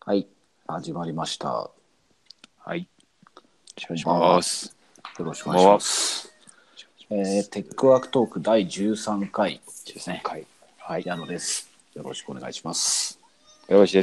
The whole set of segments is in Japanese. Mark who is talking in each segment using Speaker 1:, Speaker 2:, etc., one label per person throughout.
Speaker 1: はい、始まりました。
Speaker 2: はい。お願いし
Speaker 1: こんばんは。
Speaker 2: ます。
Speaker 1: よろしくお願いします。テックワークトーク第13回ですね。
Speaker 2: 回。はい。
Speaker 1: 矢野です。よろしくお願いします。
Speaker 2: よろしいです。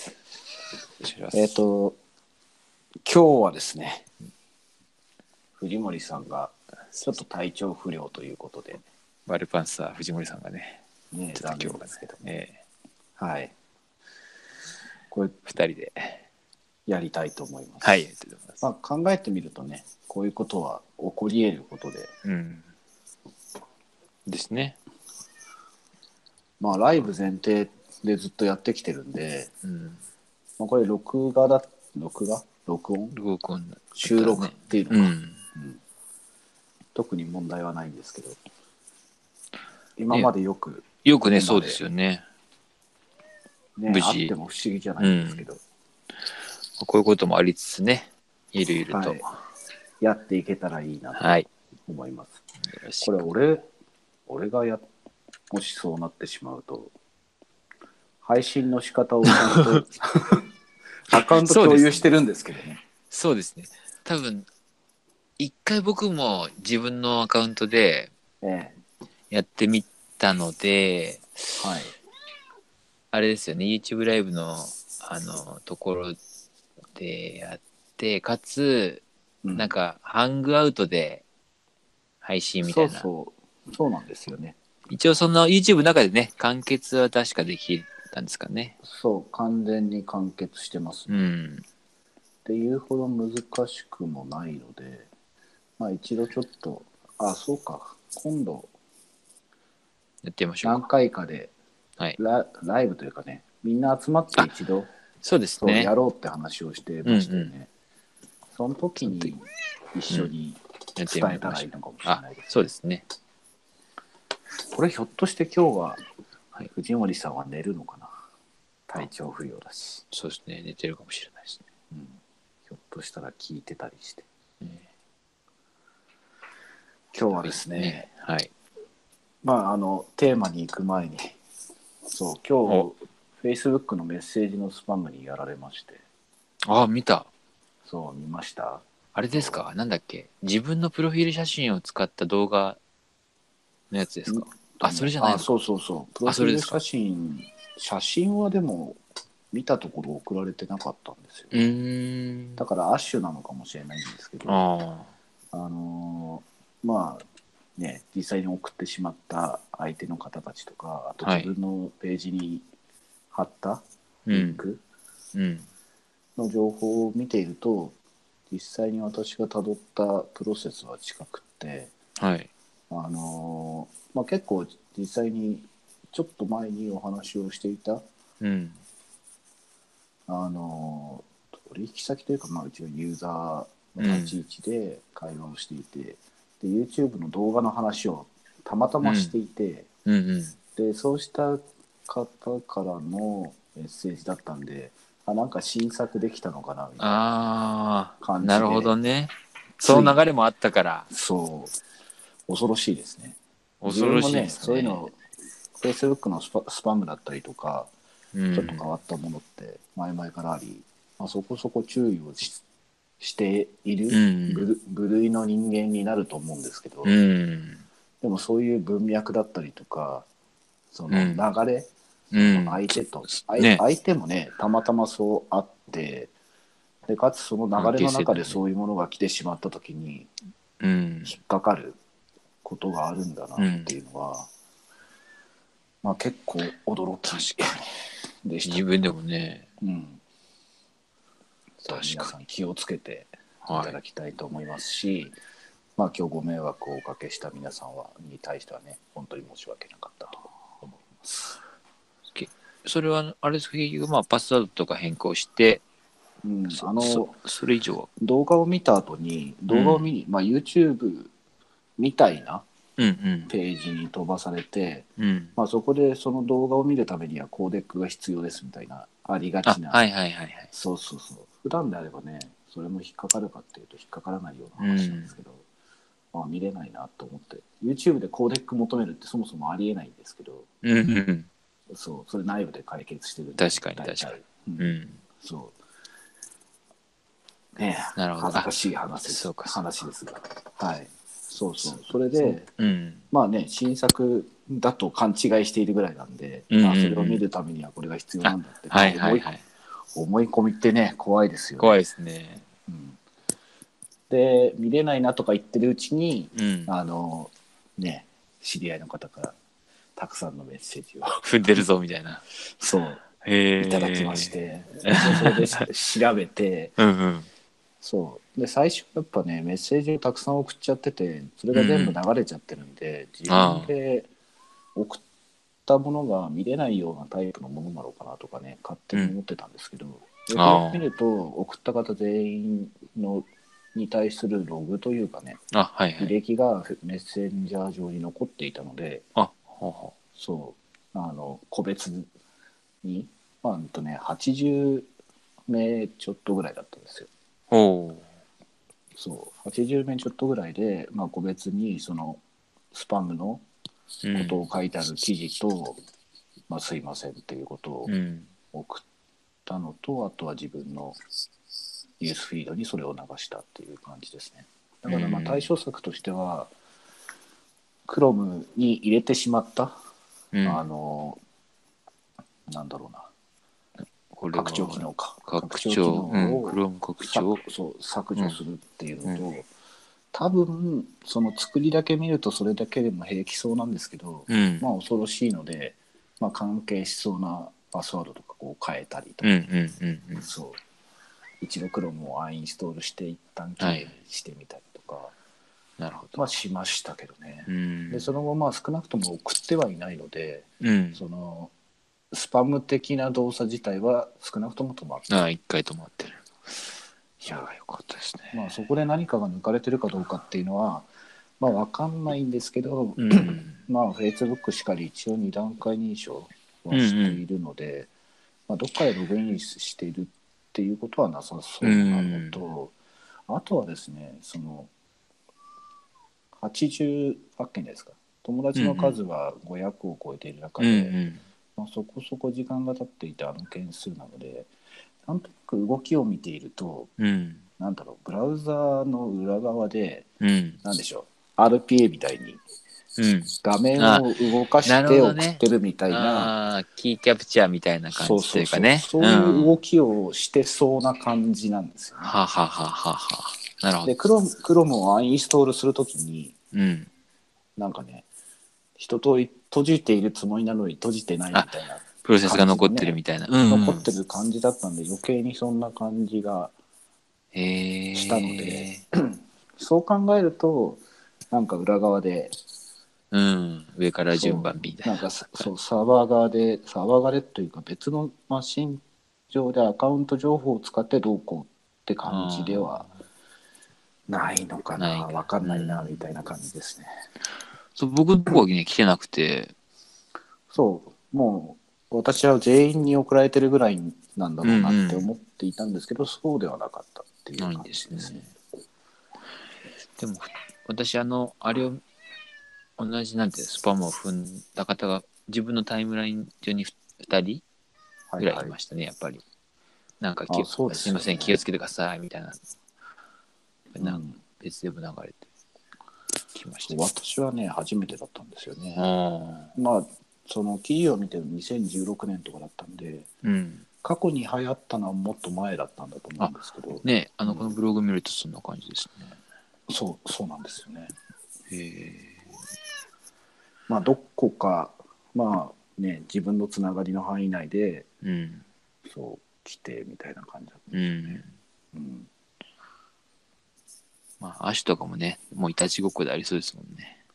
Speaker 2: よろしくお願いします。
Speaker 1: 今日はですね、藤森さんがちょっと体調不良ということで、
Speaker 2: バルパンサー藤森さんがね、
Speaker 1: ね、
Speaker 2: ちょっ
Speaker 1: 残念
Speaker 2: と今日はね、
Speaker 1: ですけども、はい、これ
Speaker 2: 2人で、
Speaker 1: やりたいと思います。
Speaker 2: はい、やりたいと思います。
Speaker 1: 考えてみるとね、こういうことは起こり得ることで、
Speaker 2: ですね。
Speaker 1: ライブ前提でずっとやってきてるんで、これ録音
Speaker 2: 録音だったらね
Speaker 1: 収録っていうのか、特に問題はないんですけど、今までよく
Speaker 2: よくね、
Speaker 1: ここまで
Speaker 2: そうですよね。
Speaker 1: ね、
Speaker 2: 無事、
Speaker 1: あっても不思議じゃないんですけど、
Speaker 2: こういうこともありつつね、いるいると。
Speaker 1: はい、やっていけたらいいなと
Speaker 2: はい。
Speaker 1: 思います。
Speaker 2: よろし
Speaker 1: これ
Speaker 2: く。
Speaker 1: 俺がもしそうなってしまうと、配信の仕方をちゃんとアカウント共有してるんですけどね。
Speaker 2: そうですね。多分、一回僕も自分のアカウントでやってみたので、
Speaker 1: はい。
Speaker 2: あれですよね、YouTube ライブの、ところでやって、かつ、なんか、ハングアウトで配信みたいな。
Speaker 1: そうなんですよね。
Speaker 2: 一応その YouTube の中でね、完結は確かできたんですかね。
Speaker 1: そう、完全に完結してますね。っていうほど難しくもないので、一度ちょっと、そうか、今度
Speaker 2: やってみましょう
Speaker 1: 何
Speaker 2: か。
Speaker 1: 回かで
Speaker 2: はい。
Speaker 1: ライブというかね、みんな集まって一度
Speaker 2: そうですね。
Speaker 1: やろうって話をしてましたよね。その時に一緒に
Speaker 2: やって
Speaker 1: 伝え
Speaker 2: みましょう。
Speaker 1: たらいいのかもしれないです。
Speaker 2: そうですね。
Speaker 1: これひょっとして今日は藤森さんは寝るのかな。体調不良だし。
Speaker 2: そうですね。寝てるかもしれないですね。
Speaker 1: ひょっとしたら聞いてたりして。今日はですね、
Speaker 2: はい。
Speaker 1: テーマに行く前に、そう、今日、Facebook のメッセージのスパムにやられまして。
Speaker 2: 見た。
Speaker 1: そう、見ました。
Speaker 2: あれですか？なんだっけ？自分のプロフィール写真を使った動画のやつですか？それじゃないのか。
Speaker 1: そう。プロフィール写真はでも、見たところ送られてなかったんですよ。だからアッシュなのかもしれないんですけど、実際に送ってしまった相手の方たちとか、あと自分のページに貼ったリンクの情報を見ていると、実際に私がたどったプロセスは近くって、結構実際にちょっと前にお話をしていた、取引先というか、うちのユーザーの立ち位置で会話をしていて、で YouTube の動画の話をたまたましていて、でそうした方からのメッセージだったんで、なんか新作できたのかなみたいな感じで。
Speaker 2: なるほどね。その流れもあったから。
Speaker 1: そう恐ろしいですね。
Speaker 2: 恐ろしいですね。
Speaker 1: そういうの Facebook のスパムだったりとか、ちょっと変わったものって前々からあり、そこそこ注意をしている部類の人間になると思うんですけど、でもそういう文脈だったりとか、その流れ、相手と、相手もね、たまたまそうあって、でかつその流れの中でそういうものが来てしまった時に引っかかることがあるんだなっていうのは、結構驚きでした。
Speaker 2: 自分でもね。
Speaker 1: 皆さん気をつけていただきたいと思いますし、今日ご迷惑をおかけした皆さんに対してはね、本当に申し訳なかったと思います。
Speaker 2: それはあれですか、結局パスワードとか変更して、それ以上は
Speaker 1: 動画を見た後にYouTube みたいなページに飛ばされて、そこでその動画を見るためにはコーデックが必要ですみたいなありがちな、そう普段であればね、それも引っかかるかっていうと引っかからないような話なんですけど、見れないなと思って、 YouTube でコーデック求めるってそもそもありえないんですけど、それ内部で解決してるんで、
Speaker 2: 確かに
Speaker 1: そうね、
Speaker 2: なるほど。
Speaker 1: 恥ずかしい話ですが、はい、そうそう、それで、まあね、新作だと勘違いしているぐらいなんで、まあ、それを見るためにはこれが必要なんだって、思い込みってね、怖いですよね。
Speaker 2: 怖いですね。
Speaker 1: で、見れないなとか言ってるうちに、ね、知り合いの方からたくさんのメッセージを
Speaker 2: 踏んでるぞみたいな。
Speaker 1: そういただきまして、それで調べて、そうで最初やっぱねメッセージをたくさん送っちゃってて、それが全部流れちゃってるんで、自分で送ったものが見れないようなタイプのものなのかなとかね、勝手に思ってたんですけど、よく見ると送った方全員に対するログというかね、履歴がメッセンジャー上に残っていたので、そう個別に、80名ちょっとぐらいだったんですよ。そう80名ちょっとぐらいで、個別にそのスパムのことを書いてある記事と、すいませんっていうことを送ったのと、あとは自分のニュースフィードにそれを流したっていう感じですね。だから対処策としては、Chrome に入れてしまった、なんだろうな、拡張機能か。拡張機能を削除するっていうのと、多分その作りだけ見るとそれだけでも平気そうなんですけど、恐ろしいので、関係しそうなパスワードとかこう変えたりとか、そう一度Chromeをアンインストールして一旦きれいにしてみたりとか、しましたけどね。でその後少なくとも送ってはいないので、そのスパム的な動作自体は少なくとも止まってる。
Speaker 2: 一回止まってる。いやよかったですね。
Speaker 1: そこで何かが抜かれてるかどうかっていうのは分かんないんですけど、Facebook しかり一応2段階認証はしているので、どっかでログインしているっていうことはなさそうなのと、あとはですね、その88件ですか、友達の数は500を超えている中で、そこそこ時間が経っていた件数なので、なんとなく動きを見ていると、なんだろう、ブラウザーの裏側で、なんでしょう、RPA みたいに画面を動かして送ってるみたいな、
Speaker 2: キーキャプチャーみたいな感じというかね、
Speaker 1: そういう動きをしてそうな感じなんですよね。
Speaker 2: なるほど。
Speaker 1: で、Chrome をアンインストールするときに、なんかね、一通り閉じているつもりなのに閉じてないみたいな、
Speaker 2: プロセスが残ってるみたいな、
Speaker 1: 残ってる感じだったんで、余計にそんな感じがしたので、そう考えるとなんか裏側で、
Speaker 2: 上から順番みたいな、
Speaker 1: なんかサーバー側でというか別のマシン上でアカウント情報を使ってどうこうって感じではないのかな、分かんないなみたいな感じですね。
Speaker 2: 僕のとこはね来てなくて、
Speaker 1: もう私は全員に送られてるぐらいなんだろうなって思っていたんですけど、そうではなかったっていう感じですね。
Speaker 2: でも私あれを同じなんてスパムを踏んだ方が自分のタイムライン上に2人ぐらいいましたね、やっぱり。なんかすいません気をつけてくださいみたいな、別でも流れてきました。
Speaker 1: 私はね初めてだったんですよね。その記事を見てる2016年とかだったんで、過去に流行ったのはもっと前だったんだと思うんですけど
Speaker 2: ね、このブログ見るとそんな感じですね。
Speaker 1: そうなんですよね。どこか自分のつながりの範囲内で、そう来てみたいな感じだったんですよね。
Speaker 2: アシュとかもね、もういたちごっこでありそうですもんね。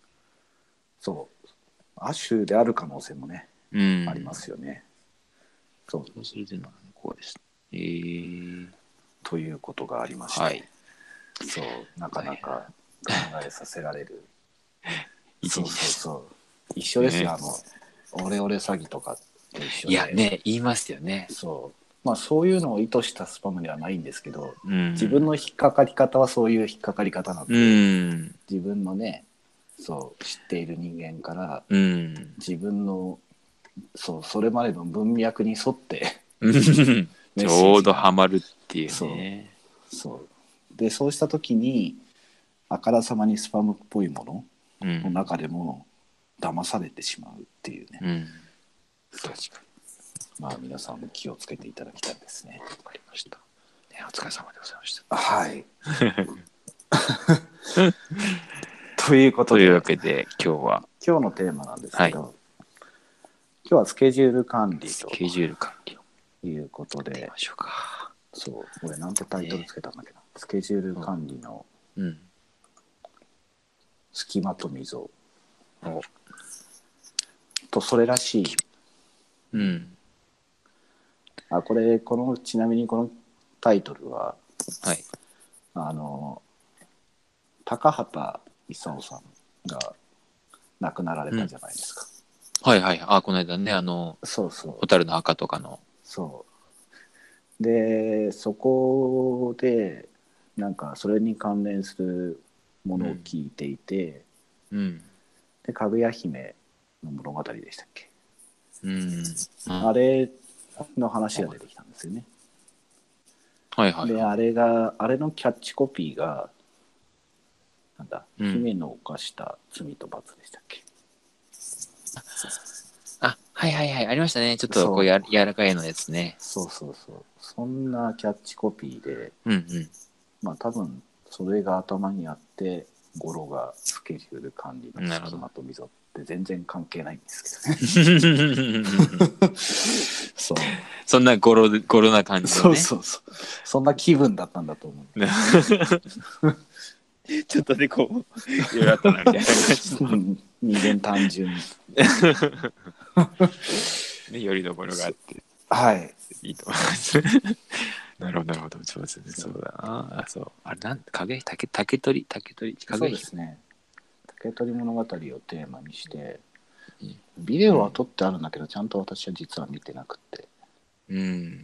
Speaker 1: アシュである可能性もね、ありますよね。
Speaker 2: そうするというのはこうです。
Speaker 1: ということがありまして、なかなか考えさせられる。一緒ですよ、オレオレ詐欺とかと一緒で。
Speaker 2: いやね、言いますよね。
Speaker 1: そういうのを意図したスパムではないんですけど、自分の引っかかり方はそういう引っかかり方なので、自分のね、知っている人間から、自分のそれまでの文脈に沿ってメッ
Speaker 2: ちょうど
Speaker 1: セージが
Speaker 2: ハマるっていうね。
Speaker 1: そうで、そうした時にあからさまにスパムっぽいものの
Speaker 2: うん。
Speaker 1: 中でも騙されてしまうっていうね、
Speaker 2: うん。
Speaker 1: そう
Speaker 2: 確か
Speaker 1: まあ皆さんも気をつけていただきたいですね。
Speaker 2: に。わかりました。ね、お疲れ様でございました。
Speaker 1: はいということ
Speaker 2: というわ
Speaker 1: で
Speaker 2: けで、今日は、
Speaker 1: 今日のテーマなんですけど、
Speaker 2: はい
Speaker 1: 今日はスケジュール管理と
Speaker 2: スケジュール管理を
Speaker 1: いうことで、
Speaker 2: やってみましょうか。
Speaker 1: そう俺なんてタイトルつけたんだっけな、スケジュール管理の
Speaker 2: うん。
Speaker 1: 隙間と溝
Speaker 2: お
Speaker 1: とそれらしい、
Speaker 2: うん。
Speaker 1: ちなみにこのタイトルは
Speaker 2: はい。
Speaker 1: あの高畑勲さんが亡くなられたじゃないですか、
Speaker 2: はいはい。あ、この間ね、
Speaker 1: そうそう
Speaker 2: 蛍の墓とかの。
Speaker 1: そうで、そこでなんかそれに関連するものを聞いていて、
Speaker 2: うん。
Speaker 1: でかぐや姫の物語でしたっけ、
Speaker 2: うん。
Speaker 1: あれの話が出てきたんですよね。
Speaker 2: はいはい
Speaker 1: で
Speaker 2: はい。
Speaker 1: あれのキャッチコピーがなんだ、
Speaker 2: うん、
Speaker 1: 姫の犯した罪と罰でしたっけ。
Speaker 2: あ、はいはいはい。ありましたね。ちょっとこう
Speaker 1: そう
Speaker 2: 柔らかいのやつね。
Speaker 1: そうそうそう、そんなキャッチコピーで、
Speaker 2: うんうん。
Speaker 1: まあ多分それが頭にあって語呂がスケジュール管理の隙
Speaker 2: なるほど。
Speaker 1: 間と溝って全然関係ないんですけどねそう
Speaker 2: そんなゴロな感じの
Speaker 1: そう
Speaker 2: ね。
Speaker 1: そうそう、そんな気分だったんだと思う
Speaker 2: ちょっとね、こう、いろいろあったな、みたいな感じの。
Speaker 1: 人間単純
Speaker 2: ね、よりどころがあって、
Speaker 1: はい
Speaker 2: いいと思います。なるほど、なるほど。上手で、そうだな。あ、そう。あれ、竹取、
Speaker 1: そうですね、竹取物語をテーマにして
Speaker 2: うん
Speaker 1: ビデオは撮ってあるんだけど、ちゃんと私は実は見てなくて、
Speaker 2: うん。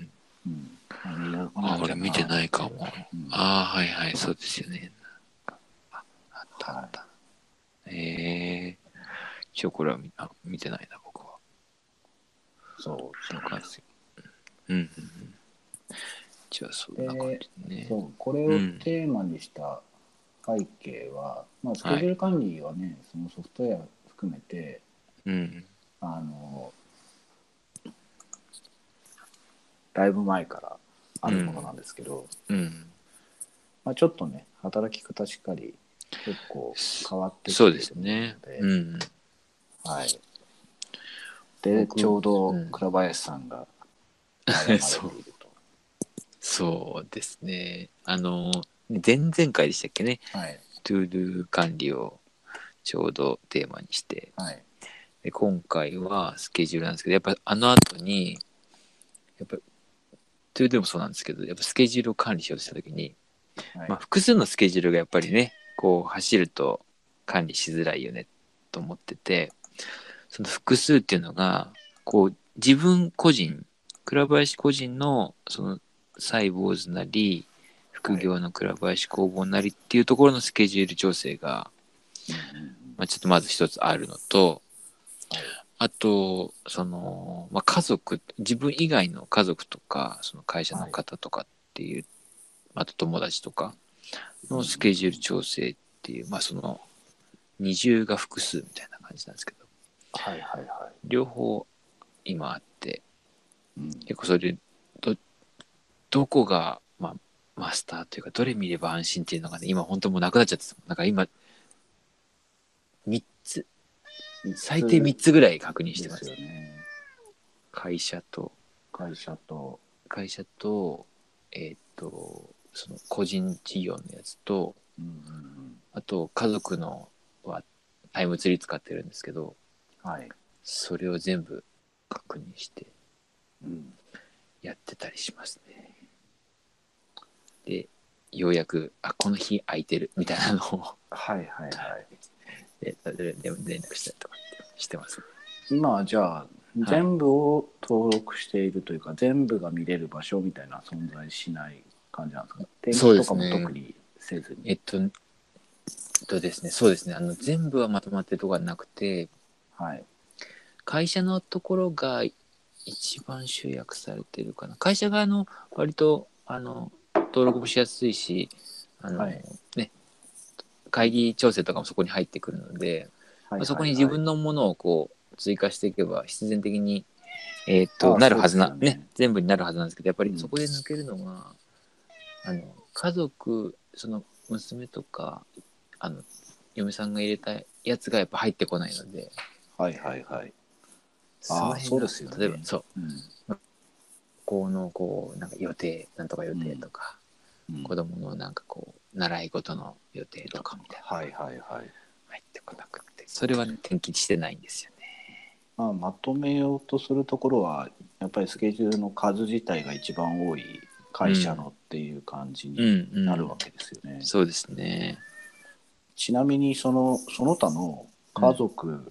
Speaker 1: 見なき
Speaker 2: 俺見て
Speaker 1: ゃならない
Speaker 2: ないかも。ああ、はいはい、そうですよね。あったあった。ええ一応これは見てないな、僕は。
Speaker 1: そう
Speaker 2: なんか、うんうんうん。じゃあ、そんな感じでね。
Speaker 1: そうこれをテーマにした背景は、まあ、スケジュール管理はね、そのソフトウェア含めて
Speaker 2: うん。
Speaker 1: あのだいぶ前からあるものなんですけど、
Speaker 2: うん。
Speaker 1: まあ、ちょっとね働き方しっかり結構変わってき
Speaker 2: そうです
Speaker 1: ているの
Speaker 2: ね。
Speaker 1: で、
Speaker 2: うん。
Speaker 1: はい、でちょうど倉林さんが悩まれ
Speaker 2: そう。
Speaker 1: ていると。
Speaker 2: そうですね。前々回でしたっけね。
Speaker 1: はい、
Speaker 2: トゥードゥ管理をちょうどテーマにして、
Speaker 1: はい、
Speaker 2: で今回はスケジュールなんですけど、やっぱあの後に、やっぱトゥードゥもそうなんですけど、やっぱスケジュールを管理しようとしたときに、
Speaker 1: はい、
Speaker 2: まあ複数のスケジュールがやっぱりね、こう走ると管理しづらいよねと思ってて、その複数っていうのが、こう自分個人、倉林個人のそのサイボーズなり、副業の倉林工房なりっていうところのスケジュール調整が、まあ、ちょっとまず一つあるのと、あと、まあ、家族、自分以外の家族とか、その会社の方とかっていう、あと友達とかのスケジュール調整っていう、まあその二重が複数みたいな感じなんですけど、
Speaker 1: はいはいはい、
Speaker 2: 両方今あって、
Speaker 1: うん、
Speaker 2: 結構それどこが、まあ、マスターというかどれ見れば安心っていうのがね、今本当もうなくなっちゃってた。なんか今3つ、最低3つぐらい確認してます。
Speaker 1: ですよね。
Speaker 2: 会社と、
Speaker 1: 会社と、
Speaker 2: その個人事業のやつと、あと家族のはタイムツリー使ってるんですけど、
Speaker 1: はい、
Speaker 2: それを全部確認して
Speaker 1: うん、
Speaker 2: やってたりしますね。で、ようやく、あ、この日空いてるみたいなのを
Speaker 1: はいはいはい。
Speaker 2: で連絡したりとかってしてます。
Speaker 1: 今はじゃあ、
Speaker 2: はい。
Speaker 1: 全部を登録しているというか、全部が見れる場所みたいな存在しない感じなんですか。天
Speaker 2: そうで
Speaker 1: 気とかも
Speaker 2: すね。
Speaker 1: 特にせずに。
Speaker 2: ですね、そうですね。全部はまとまってるところはなくて、
Speaker 1: はい。
Speaker 2: 会社のところが一番集約されてるかな。会社側の割と登録もしやすいし、
Speaker 1: はい、
Speaker 2: ね、会議調整とかもそこに入ってくるので、
Speaker 1: はい
Speaker 2: そこに
Speaker 1: はいはい。
Speaker 2: 自分のものをこう追加していけば必然的に、
Speaker 1: ああ、
Speaker 2: なる
Speaker 1: そうで
Speaker 2: はずな、ね、
Speaker 1: すよね。
Speaker 2: 全部になるはずなんですけど、やっぱりそ
Speaker 1: うん。
Speaker 2: こで抜けるのが、家族、その娘とか、あの、嫁さんが入れたやつがやっぱ入ってこないので、
Speaker 1: はいはいはい。ああ、
Speaker 2: その辺が、
Speaker 1: そうですよ
Speaker 2: 例えば、
Speaker 1: ね。
Speaker 2: そう、
Speaker 1: うん。
Speaker 2: この、こう、なんか予定、なんとか予
Speaker 1: うん。
Speaker 2: 定とか、
Speaker 1: うん。
Speaker 2: 子供のなんかこう、習い事の予定とかみたいなのが
Speaker 1: はいはいはい。
Speaker 2: 入ってこなくて、それはね、転記してないんですよね。
Speaker 1: まあ、まとめようとするところは、やっぱりスケジュールの数自体が一番多い会社のっていう感じ
Speaker 2: うん
Speaker 1: に
Speaker 2: うん。
Speaker 1: なるわけですよね。
Speaker 2: そうですね。
Speaker 1: ちなみにその他の家
Speaker 2: うん。
Speaker 1: 族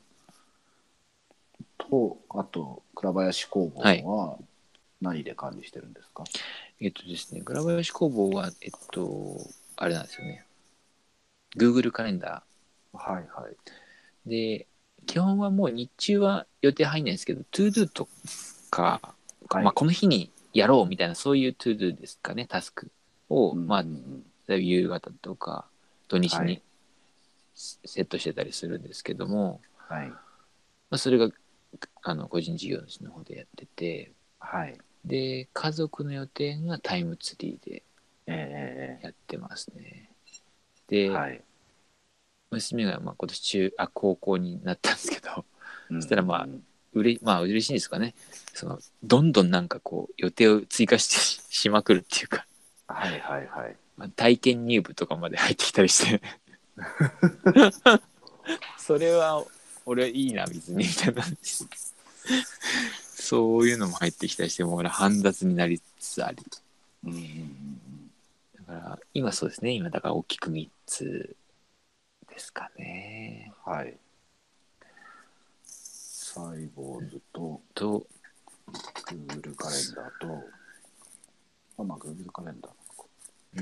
Speaker 1: と、あと倉林工
Speaker 2: はい。
Speaker 1: 房は何で管理してるんですか？
Speaker 2: ですね、倉林工房は、あれなんですよね。Google カレンダ
Speaker 1: はいはい。
Speaker 2: ーで、基本はもう日中は予定入んないんですけど、ToDo とか、まあ、
Speaker 1: はい。
Speaker 2: この日にやろうみたいな、そういう ToDo ですかね、タスクを、
Speaker 1: うんうんう
Speaker 2: まあ、
Speaker 1: ん。
Speaker 2: 例えば夕方とか土日に
Speaker 1: はい。
Speaker 2: セットしてたりするんですけども、
Speaker 1: はい。
Speaker 2: まあ、それが個人事業主の方でやってて、
Speaker 1: はい。
Speaker 2: で、家族の予定がタイムツリーで
Speaker 1: え
Speaker 2: やってますね。で、
Speaker 1: はい。
Speaker 2: 娘がまあ今年高校になったんですけど、
Speaker 1: うんう
Speaker 2: そしたらまあ、
Speaker 1: ん
Speaker 2: まあ嬉しいんですかね。どんどんなんかこう、予定を追加してしまくるっていうか、
Speaker 1: はいはいはい。
Speaker 2: まあ、体験入部とかまで入ってきたりしてそれは俺いいな、別に、みたいな。そういうのも入ってきたりして、もう俺煩雑になりつつあり。
Speaker 1: うんうんうん
Speaker 2: だから、今そうですね。今、だから大きく3つですかね。
Speaker 1: うん。はい。サイボーズと
Speaker 2: と、
Speaker 1: Google カレンダーと、まあ Google カレンダーなのか。
Speaker 2: うん。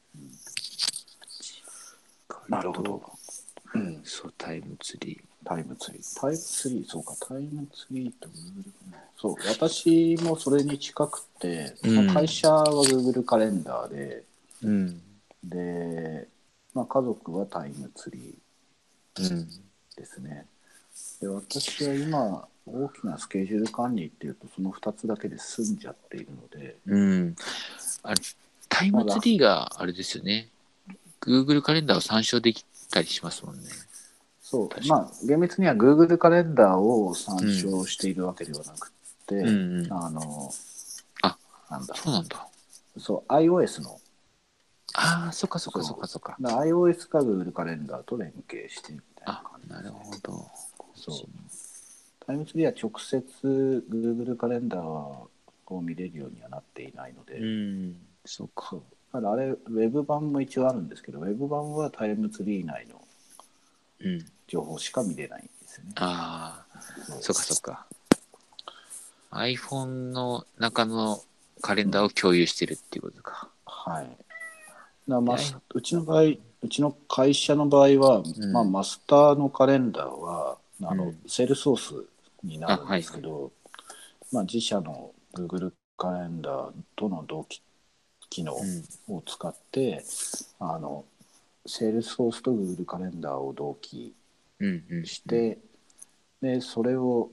Speaker 1: なるほ
Speaker 2: と、
Speaker 1: ど。うん。
Speaker 2: そう、タイムツリー。
Speaker 1: タイムツリー。タイムツリー、そうか、タイムツリーと Google カレンダー。そう、私もそれに近くて、まあ、
Speaker 2: うん。
Speaker 1: 会社は Google カレンダーで、
Speaker 2: うん。
Speaker 1: で、まあ、家族はタイムツリ
Speaker 2: うん。
Speaker 1: ーですね。で、私は今、大きなスケジュール管理っていうと、その2つだけで済んじゃっているので、
Speaker 2: うん。あれ、タイ
Speaker 1: まあ、
Speaker 2: ムツリーがあれですよね。Google カレンダーを参照できたりしますもんね。
Speaker 1: そう、
Speaker 2: 確か。
Speaker 1: まあ、厳密には Google カレンダーを参
Speaker 2: うん。
Speaker 1: 照しているわけではなく
Speaker 2: うん
Speaker 1: て、
Speaker 2: うん。あ、
Speaker 1: なんだ、
Speaker 2: そうなんだ。
Speaker 1: そう、iOS の、
Speaker 2: ああ、そっかそっかそっ
Speaker 1: そ
Speaker 2: かそっか。
Speaker 1: う、iOS か Google カレンダーと連携してみたいな
Speaker 2: あ、
Speaker 1: 感じ
Speaker 2: なる
Speaker 1: ですね。
Speaker 2: ほど。
Speaker 1: そう。タイムツリーは直接 Google カレンダーを見れるようにはなっていないの
Speaker 2: う
Speaker 1: で、
Speaker 2: ん。そうか。
Speaker 1: そう。ただあれ、ウェブ版も一応あるんですけど、ウェブ版はタイムツリー内の
Speaker 2: うん。
Speaker 1: 情報しか見れないんですよね。
Speaker 2: ああ、
Speaker 1: そう。
Speaker 2: そっかそっか。iPhone の中のカレンダーを
Speaker 1: うん。
Speaker 2: 共有してるっていうことか。
Speaker 1: はい。まあ、
Speaker 2: で、
Speaker 1: うちの場合、うちの会社の場合は、まあ、
Speaker 2: うん。
Speaker 1: マスターのカレンダーは、
Speaker 2: うん。
Speaker 1: セールソースにな
Speaker 2: あ、
Speaker 1: るんで
Speaker 2: はいはい。
Speaker 1: すけど、まあ、自社の Google カレンダーとの同期機能
Speaker 2: うん。
Speaker 1: を使って、あの、セールスフォースと Google カレンダーを同期
Speaker 2: うんうんうん。
Speaker 1: して、で、それを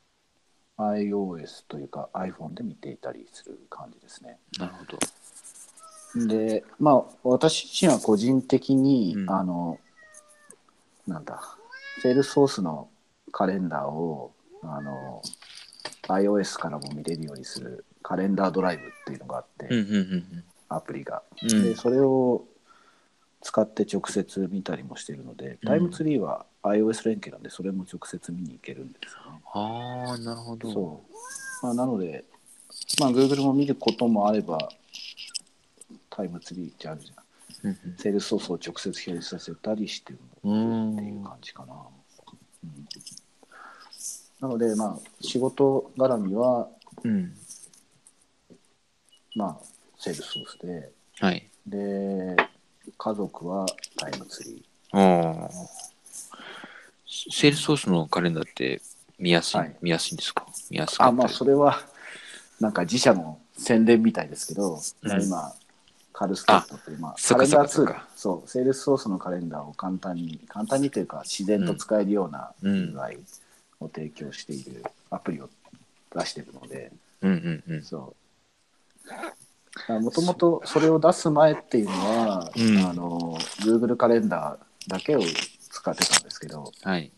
Speaker 1: iOS というか iPhone で見ていたりする感じですね。
Speaker 2: なるほど。
Speaker 1: で、まあ、私自身は個人的に、
Speaker 2: うん。
Speaker 1: なんだ、セールスフォースのカレンダーを、iOS からも見れるようにするカレンダードライブっていうのがあって、
Speaker 2: うんうんうん
Speaker 1: アプリが。で、
Speaker 2: うん。
Speaker 1: それを使って直接見たりもしているので、タイム
Speaker 2: うん。
Speaker 1: ツリーは iOS 連携なんで、それも直接見に行けるんですよね。
Speaker 2: ああ、なるほど。
Speaker 1: そう。まあ、なので、まあ、Google も見ることもあれば、タイムツリーってあるじゃん。
Speaker 2: うん
Speaker 1: セールスソースを直接表示させたりしてる
Speaker 2: うん。
Speaker 1: っていう感じかな。うん、なので、まあ、仕事絡みは、
Speaker 2: うん。
Speaker 1: まあ、セールスソースで、
Speaker 2: はい。
Speaker 1: で、家族はタイムツリ
Speaker 2: ああ。
Speaker 1: ー。
Speaker 2: セールスソースのカレンダーって
Speaker 1: はい。
Speaker 2: 見やすいんですか？ 見やすかったり。
Speaker 1: それはなんか自社の宣伝みたいですけど、今カルスケットっていう、カレンダーツール、そうセールスソースのカレンダーを簡単にというか自然と使えるような UI を提供しているアプリを出しているので、そうもともとそれを出す前っていうのは、Google カレンダーだけを使ってたんですけど、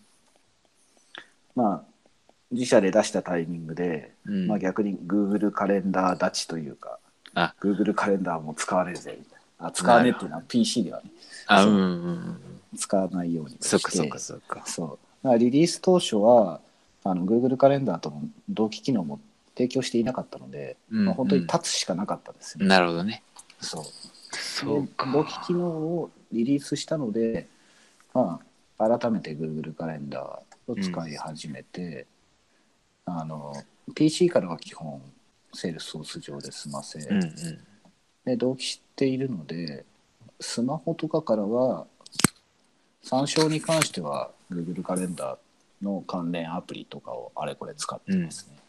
Speaker 1: 自社で出したタイミングで、逆に Google カレンダー立ちというか、Google カレンダーも使われるぜみたいな。使わねえっていうのは PC ではね、使わないようにして、そうリリース当初はGoogle カレンダーとの同期機能も提供していなかったので、本当に立つしかなかったですね。
Speaker 2: なるほどね。
Speaker 1: そうか。同期機能をリリースしたので、改めて Google カレンダーを使い始めて、PC からは基本セールスソース上で済ませ、で同期しているので、スマホとかからは参照に関しては Google カレンダーの関連アプリとかをあれこれ使ってますね。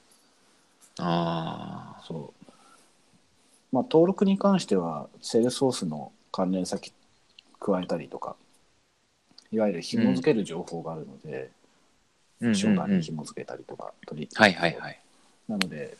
Speaker 1: 登録に関してはセールスソースの関連先加えたりとか、いわゆる紐付ける情報があるので、商談に紐付けたりとかなので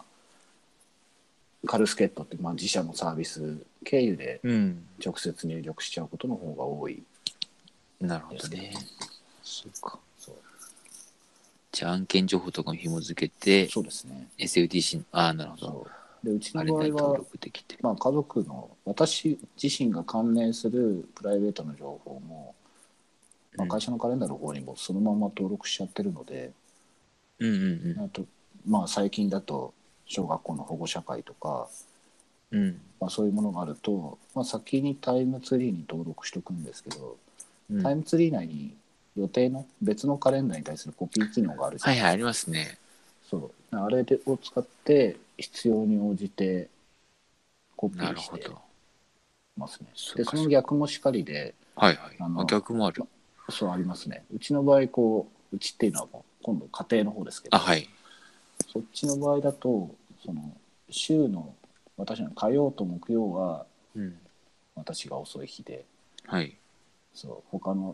Speaker 1: カルスケットって自社のサービス経由で直接入力しちゃうことの方が多い。
Speaker 2: なるほどね。そうか。じゃあ案件情報とかも紐付けて、
Speaker 1: そうですね。
Speaker 2: SFTC、なるほど。
Speaker 1: でうちの場合は、家族の私自身が関連するプライベートの情報も、会社のカレンダーの方にもそのまま登録しちゃってるので、あと最近だと小学校の保護者会とか、そういうものがあると、先にタイムツリーに登録しとくんですけど、タイムツリー内に予定の別のカレンダーに対するコピー機能があるじゃないですか。
Speaker 2: ありますね。
Speaker 1: あれを使って必要に応じてコピーしてますね。でその逆もしかりで、
Speaker 2: 逆もある。
Speaker 1: ありますね。うちの場合うちっていうのは今度家庭の方ですけど、そっちの場合だと週の私の火曜と木曜は私が遅い日で、他の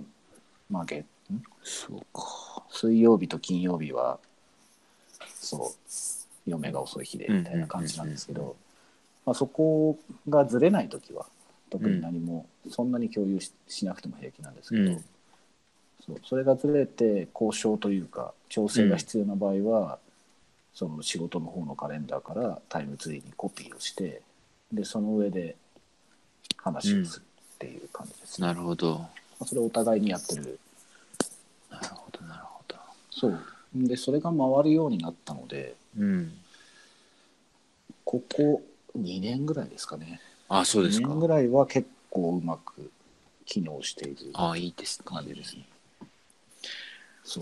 Speaker 1: 水曜日と金曜日は嫁が遅い日でみたいな感じなんですけど、そこがずれない時は特に何もそんなに共有 しなくても平気なんですけど、それがずれて交渉というか調整が必要な場合は、その仕事の方のカレンダーからタイムツリーにコピーをして、でその上で話をするっていう感じですね。
Speaker 2: なるほど。
Speaker 1: それをお互いにやってる。
Speaker 2: なるほどなるほど。
Speaker 1: そうでそれが回るようになったので、ここ2年ぐらいですかね。
Speaker 2: そうですか。
Speaker 1: 2年ぐらいは結構うまく機能している
Speaker 2: いいです
Speaker 1: 感じですね。
Speaker 2: う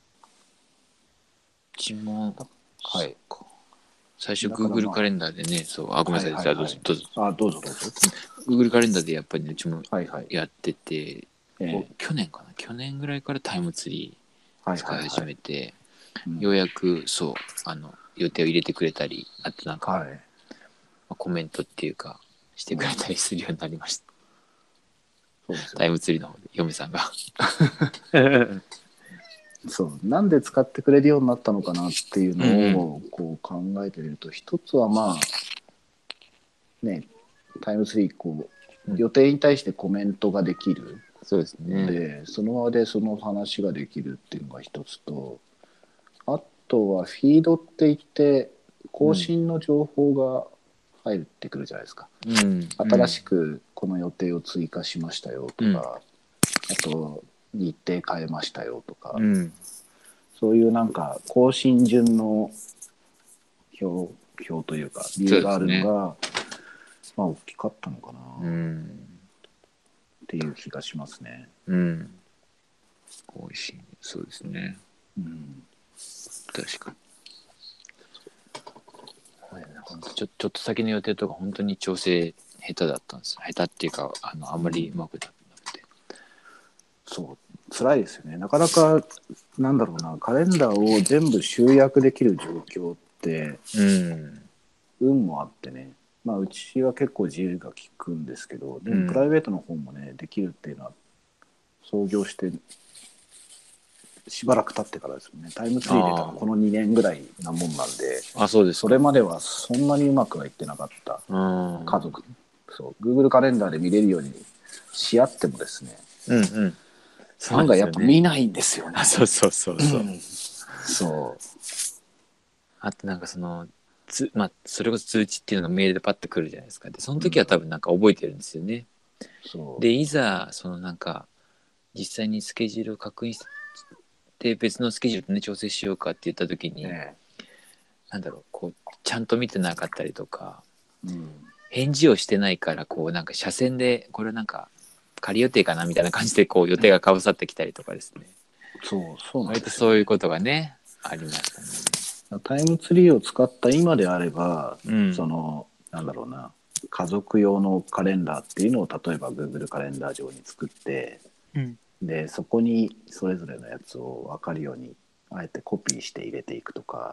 Speaker 2: ちも最初 Google カレンダーでね、ごめんなさい、どうぞ。
Speaker 1: どうぞ。
Speaker 2: Google カレンダーでやっぱりうちもやってて、去年ぐらいからタイムツリー使い始めて、ようやく予定を入れてくれたり、あとコメントっていうかしてくれたりするようになりました。タイムツリーの方で嫁さんが
Speaker 1: なんで使ってくれるようになったのかなっていうのを考えてみると、一つはタイムツリー予定に対してコメントができる。
Speaker 2: そうですね。
Speaker 1: その場でその話ができるっていうのが一つと、あとはフィードって言って更新の情報が入ってくるじゃないですか。新しくこの予定を追加しましたよとか、あと日程変えましたよとか、そういう更新順の表というか理由があるのが、大きかったのかなっていう気がしますね。
Speaker 2: おいしい。そうですね。確かに。ちょっと先の予定とか本当に調整下手だったんですよ。下手っていうかあんまりうまくなくて。
Speaker 1: 辛いですよね。なかなか、なんだろうな、カレンダーを全部集約できる状況って、運もあってね、まあ、うちは結構自由が利くんですけど、でもプライベートの方もね、できるっていうのは、創業してしばらく経ってからですよね。タイムツリー出たのこの2年ぐらいなもんなんで、
Speaker 2: そうですか。
Speaker 1: それまではそんなにうまくはいってなかった家族、そう、Google カレンダーで見れるようにし合ってもですね、案外やっぱ見ないんですよね。
Speaker 2: そうそうそうそう。
Speaker 1: そう。
Speaker 2: あとなんかそのまあそれこそ通知っていうのがメールでパッとくるじゃないですか。でその時は多分なんか覚えてるんですよね。でいざそのなんか実際にスケジュールを確認して別のスケジュールとね調整しようかって言った時に、なんだろうこうちゃんと見てなかったりとか、返事をしてないからこうなんか車線でこれなんか仮予定かなみたいな感じでこう予定がかぶさってきたりとかですね。
Speaker 1: そうなんですよね。
Speaker 2: 割とそういうことがねありましたね。
Speaker 1: タイムツリーを使った今であれば、そのなんだろうな、家族用のカレンダーっていうのを例えば Google カレンダー上に作って、でそこにそれぞれのやつを分かるようにあえてコピーして入れていくとか、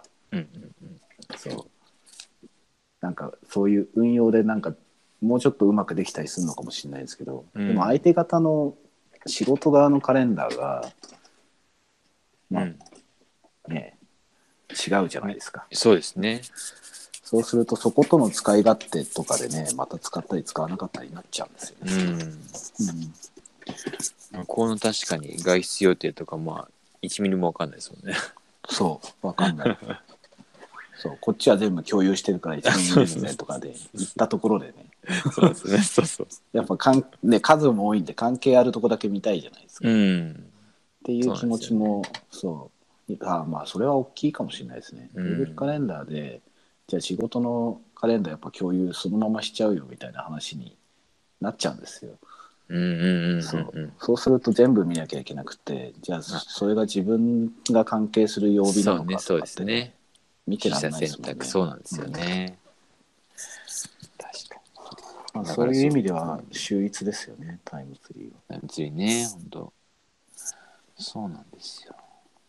Speaker 1: そうなんかそういう運用でなんかもうちょっとうまくできたりするのかもしれないですけど、でも相手方の仕事側のカレンダーがまあね違うじゃないですか。
Speaker 2: そうですね。
Speaker 1: そうするとそことの使い勝手とかでねまた使ったり使わなかったりになっちゃうんですよね。
Speaker 2: この確かに外出予定とかまあ1ミリも分かんないですもんね。
Speaker 1: そう分かんない。そうこっちは全部共有してるから1ミリねとかで言ったところでね。
Speaker 2: そうですね。そうそう。
Speaker 1: やっぱね、数も多いんで関係あるとこだけ見たいじゃないですか。っていう気持ちもそうまあそれは大きいかもしれないですね。Google カレンダーでじゃあ仕事のカレンダーやっぱ共有そのまましちゃうよみたいな話になっちゃうんですよ。そうすると全部見なきゃいけなくて、じゃあそれが自分が関係する曜日なのかとかってね、見てらんないですもんね。
Speaker 2: そうなんですよね。
Speaker 1: 確かに。まあ、そういう意味では秀逸ですよね、タイムツリーは。
Speaker 2: タイムツリーね、本当。そうなんですよ。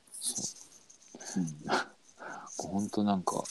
Speaker 2: 本当なんか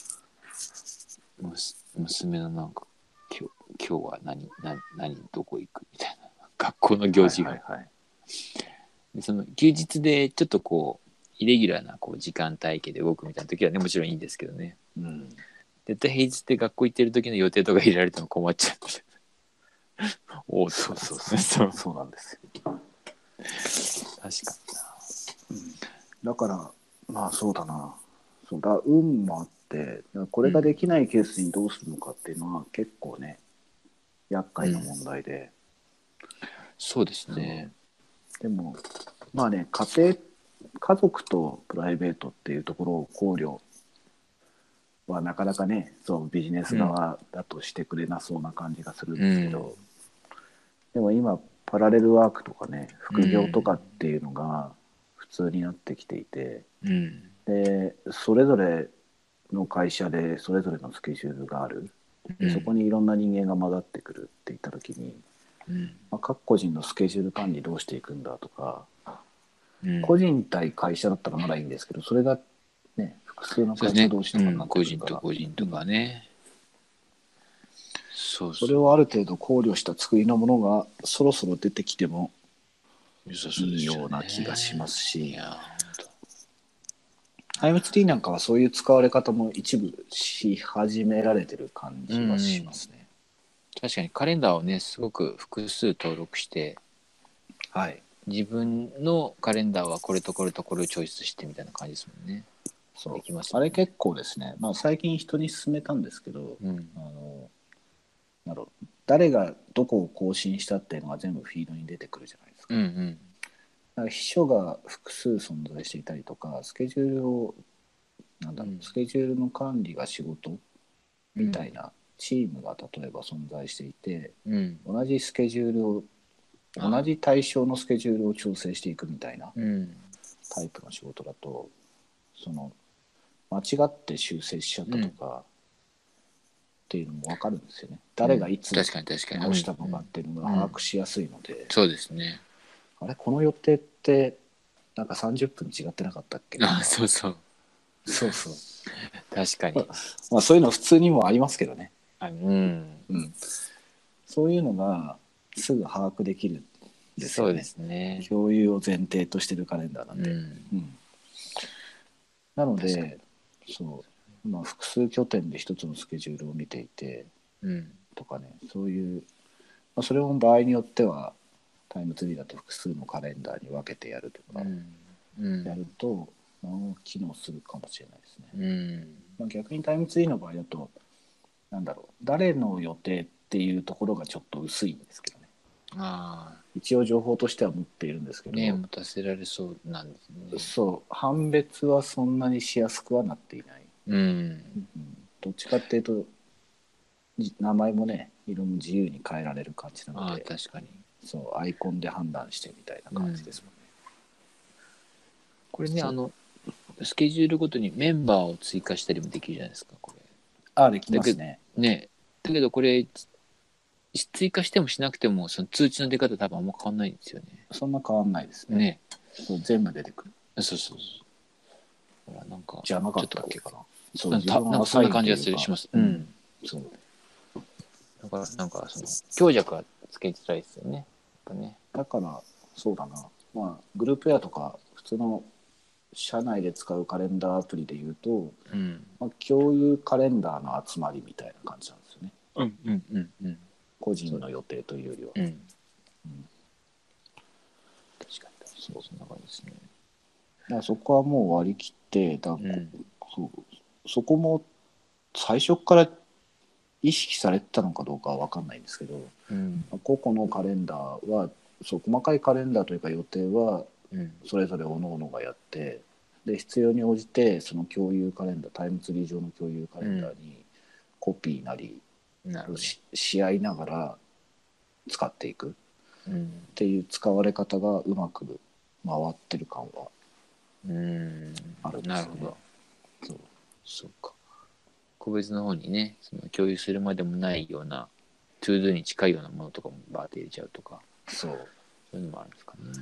Speaker 2: 娘のなんか今日は何どこ行くみたいな学校の行事が、でその休日でちょっとこうイレギュラーなこう時間帯系で動くみたいな時はねもちろんいいんですけどね、絶対平日で学校行ってる時の予定とか入れられても困っちゃう
Speaker 1: そうなんですよ。
Speaker 2: 確かに
Speaker 1: な、だからまあそうだな、運もあってこれができないケースにどうするのかっていうのは結構ね厄介な問題で、
Speaker 2: そうですね。
Speaker 1: でもまあね家族とプライベートっていうところを考慮はなかなかねそうビジネス側だとしてくれなそうな感じがするんですけど、でも今パラレルワークとかね副業とかっていうのが普通になってきていて、でそれぞれの会社でそれぞれのスケジュールがある、でそこにいろんな人間が混ざってくるっていった時に、各個人のスケジュール管理どうしていくんだとか、個人対会社だったらまだいいんですけど、それがね複数の会社同士とかになってくるから、
Speaker 2: 個人とかね、
Speaker 1: それをある程度考慮した作りのものがそろそろ出てきてもいいような気がしますし、タイムツリーなんかはそういう使われ方も一部し始められてる感じはしますね。
Speaker 2: 確かにカレンダーをねすごく複数登録して、自分のカレンダーはこれとこれとこれをチョイスしてみたいな感じですもんね。
Speaker 1: そうあれ結構ですね、まあ、最近人に勧めたんですけど、誰がどこを更新したっていうのが全部フィードに出てくるじゃないですか。だから秘書が複数存在していたりとか、スケジュールをスケジュールの管理が仕事みたいなチームが例えば存在していて、同じスケジュールを同じ対象のスケジュールを調整していくみたいなタイプの仕事だと、その間違って修正しちゃったとかっていうのも分かるんですよね。誰がいつ直したのかっていうのが把握しやすいので、
Speaker 2: そうですね。
Speaker 1: あれこの予定ってなんか30分違ってなかったっけ。
Speaker 2: あ、そうそう。
Speaker 1: そうそう。
Speaker 2: 確かに。
Speaker 1: まあそういうの普通にもありますけどね。
Speaker 2: うん。
Speaker 1: うん。そういうのがすぐ把握できるんです
Speaker 2: そうで
Speaker 1: よね。
Speaker 2: すね。
Speaker 1: 共有を前提としてるカレンダーなんで。
Speaker 2: うん。
Speaker 1: うん。なの
Speaker 2: 確かに。
Speaker 1: で、そう、まあ、複数拠点で一つのスケジュールを見ていて
Speaker 2: うん。
Speaker 1: とかね、そういう、まあ、それも場合によってはタイムツリーだと複数のカレンダーに分けてやるとか
Speaker 2: うん。う
Speaker 1: やる
Speaker 2: ん。
Speaker 1: と、機能するかもしれないですね。
Speaker 2: うん。
Speaker 1: まあ、逆にタイムツリーの場合だと、なんだろう、誰の予定っていうところがちょっと薄いんですけどね。
Speaker 2: ああ、
Speaker 1: 一応情報としては持っているんですけ
Speaker 2: ね、
Speaker 1: ど、
Speaker 2: 持たせられそうなんですね。
Speaker 1: そう判別はそんなにしやすくはなっていない、
Speaker 2: うん。
Speaker 1: うん、どっちかっていうと名前もね色も自由に変えられる感じなの
Speaker 2: ああ、
Speaker 1: で、
Speaker 2: 確かに。
Speaker 1: そうアイコンで判断してみたいな感じですもんね、
Speaker 2: これね、
Speaker 1: そう
Speaker 2: スケジュールごとにメンバーを追加したりもできるじゃないですか、これ。
Speaker 1: でき
Speaker 2: だけど、
Speaker 1: ますね。
Speaker 2: ね、だけどこれ、追加してもしなくても、その通知の出方多分あんま変わんないんですよね。
Speaker 1: そんな変わんないですね。
Speaker 2: ね。
Speaker 1: そう全部出てくる。
Speaker 2: そうそうそう。ほら、なんか、
Speaker 1: じゃなかっ
Speaker 2: ちょっとこ
Speaker 1: たっけかな。そう
Speaker 2: う、
Speaker 1: 自分
Speaker 2: なんかそ
Speaker 1: はアサイン
Speaker 2: んな感じが
Speaker 1: というか、
Speaker 2: します。
Speaker 1: うん、そう
Speaker 2: だから、なんか、強弱はつけづらいですよね。やっぱね。
Speaker 1: だからそうだな、まあグループエアとか普通の社内で使うカレンダーアプリでいうと、
Speaker 2: うん。
Speaker 1: まあ、共有カレンダーの集まりみたいな感じなんですよね。
Speaker 2: うんうんうんうん。
Speaker 1: 個人の予定というよりは。
Speaker 2: うん。
Speaker 1: うん、
Speaker 2: 確かに、
Speaker 1: そう
Speaker 2: そんな感じですね。
Speaker 1: だからそこはもう割り切ってそこも最初から意識されてたのかどうかは分かんないんですけど、
Speaker 2: うん。
Speaker 1: 個々のカレンダーはそう細かいカレンダーというか予定は
Speaker 2: うん。
Speaker 1: それぞれ各々がやって、で必要に応じてその共有カレンダータイムツリー上の共有カレンダーにコピーなり
Speaker 2: なるほど。
Speaker 1: し合いながら使っていくっ
Speaker 2: うん。
Speaker 1: ていう使われ方がうまく回ってる感は
Speaker 2: うん。
Speaker 1: あるんですよね。
Speaker 2: なるほど。
Speaker 1: そう
Speaker 2: そうか。個別の方にね、その共有するまでもないような、トゥードゥに近いようなものとかもバーって入れちゃうとか、
Speaker 1: そう
Speaker 2: そういうのもあるん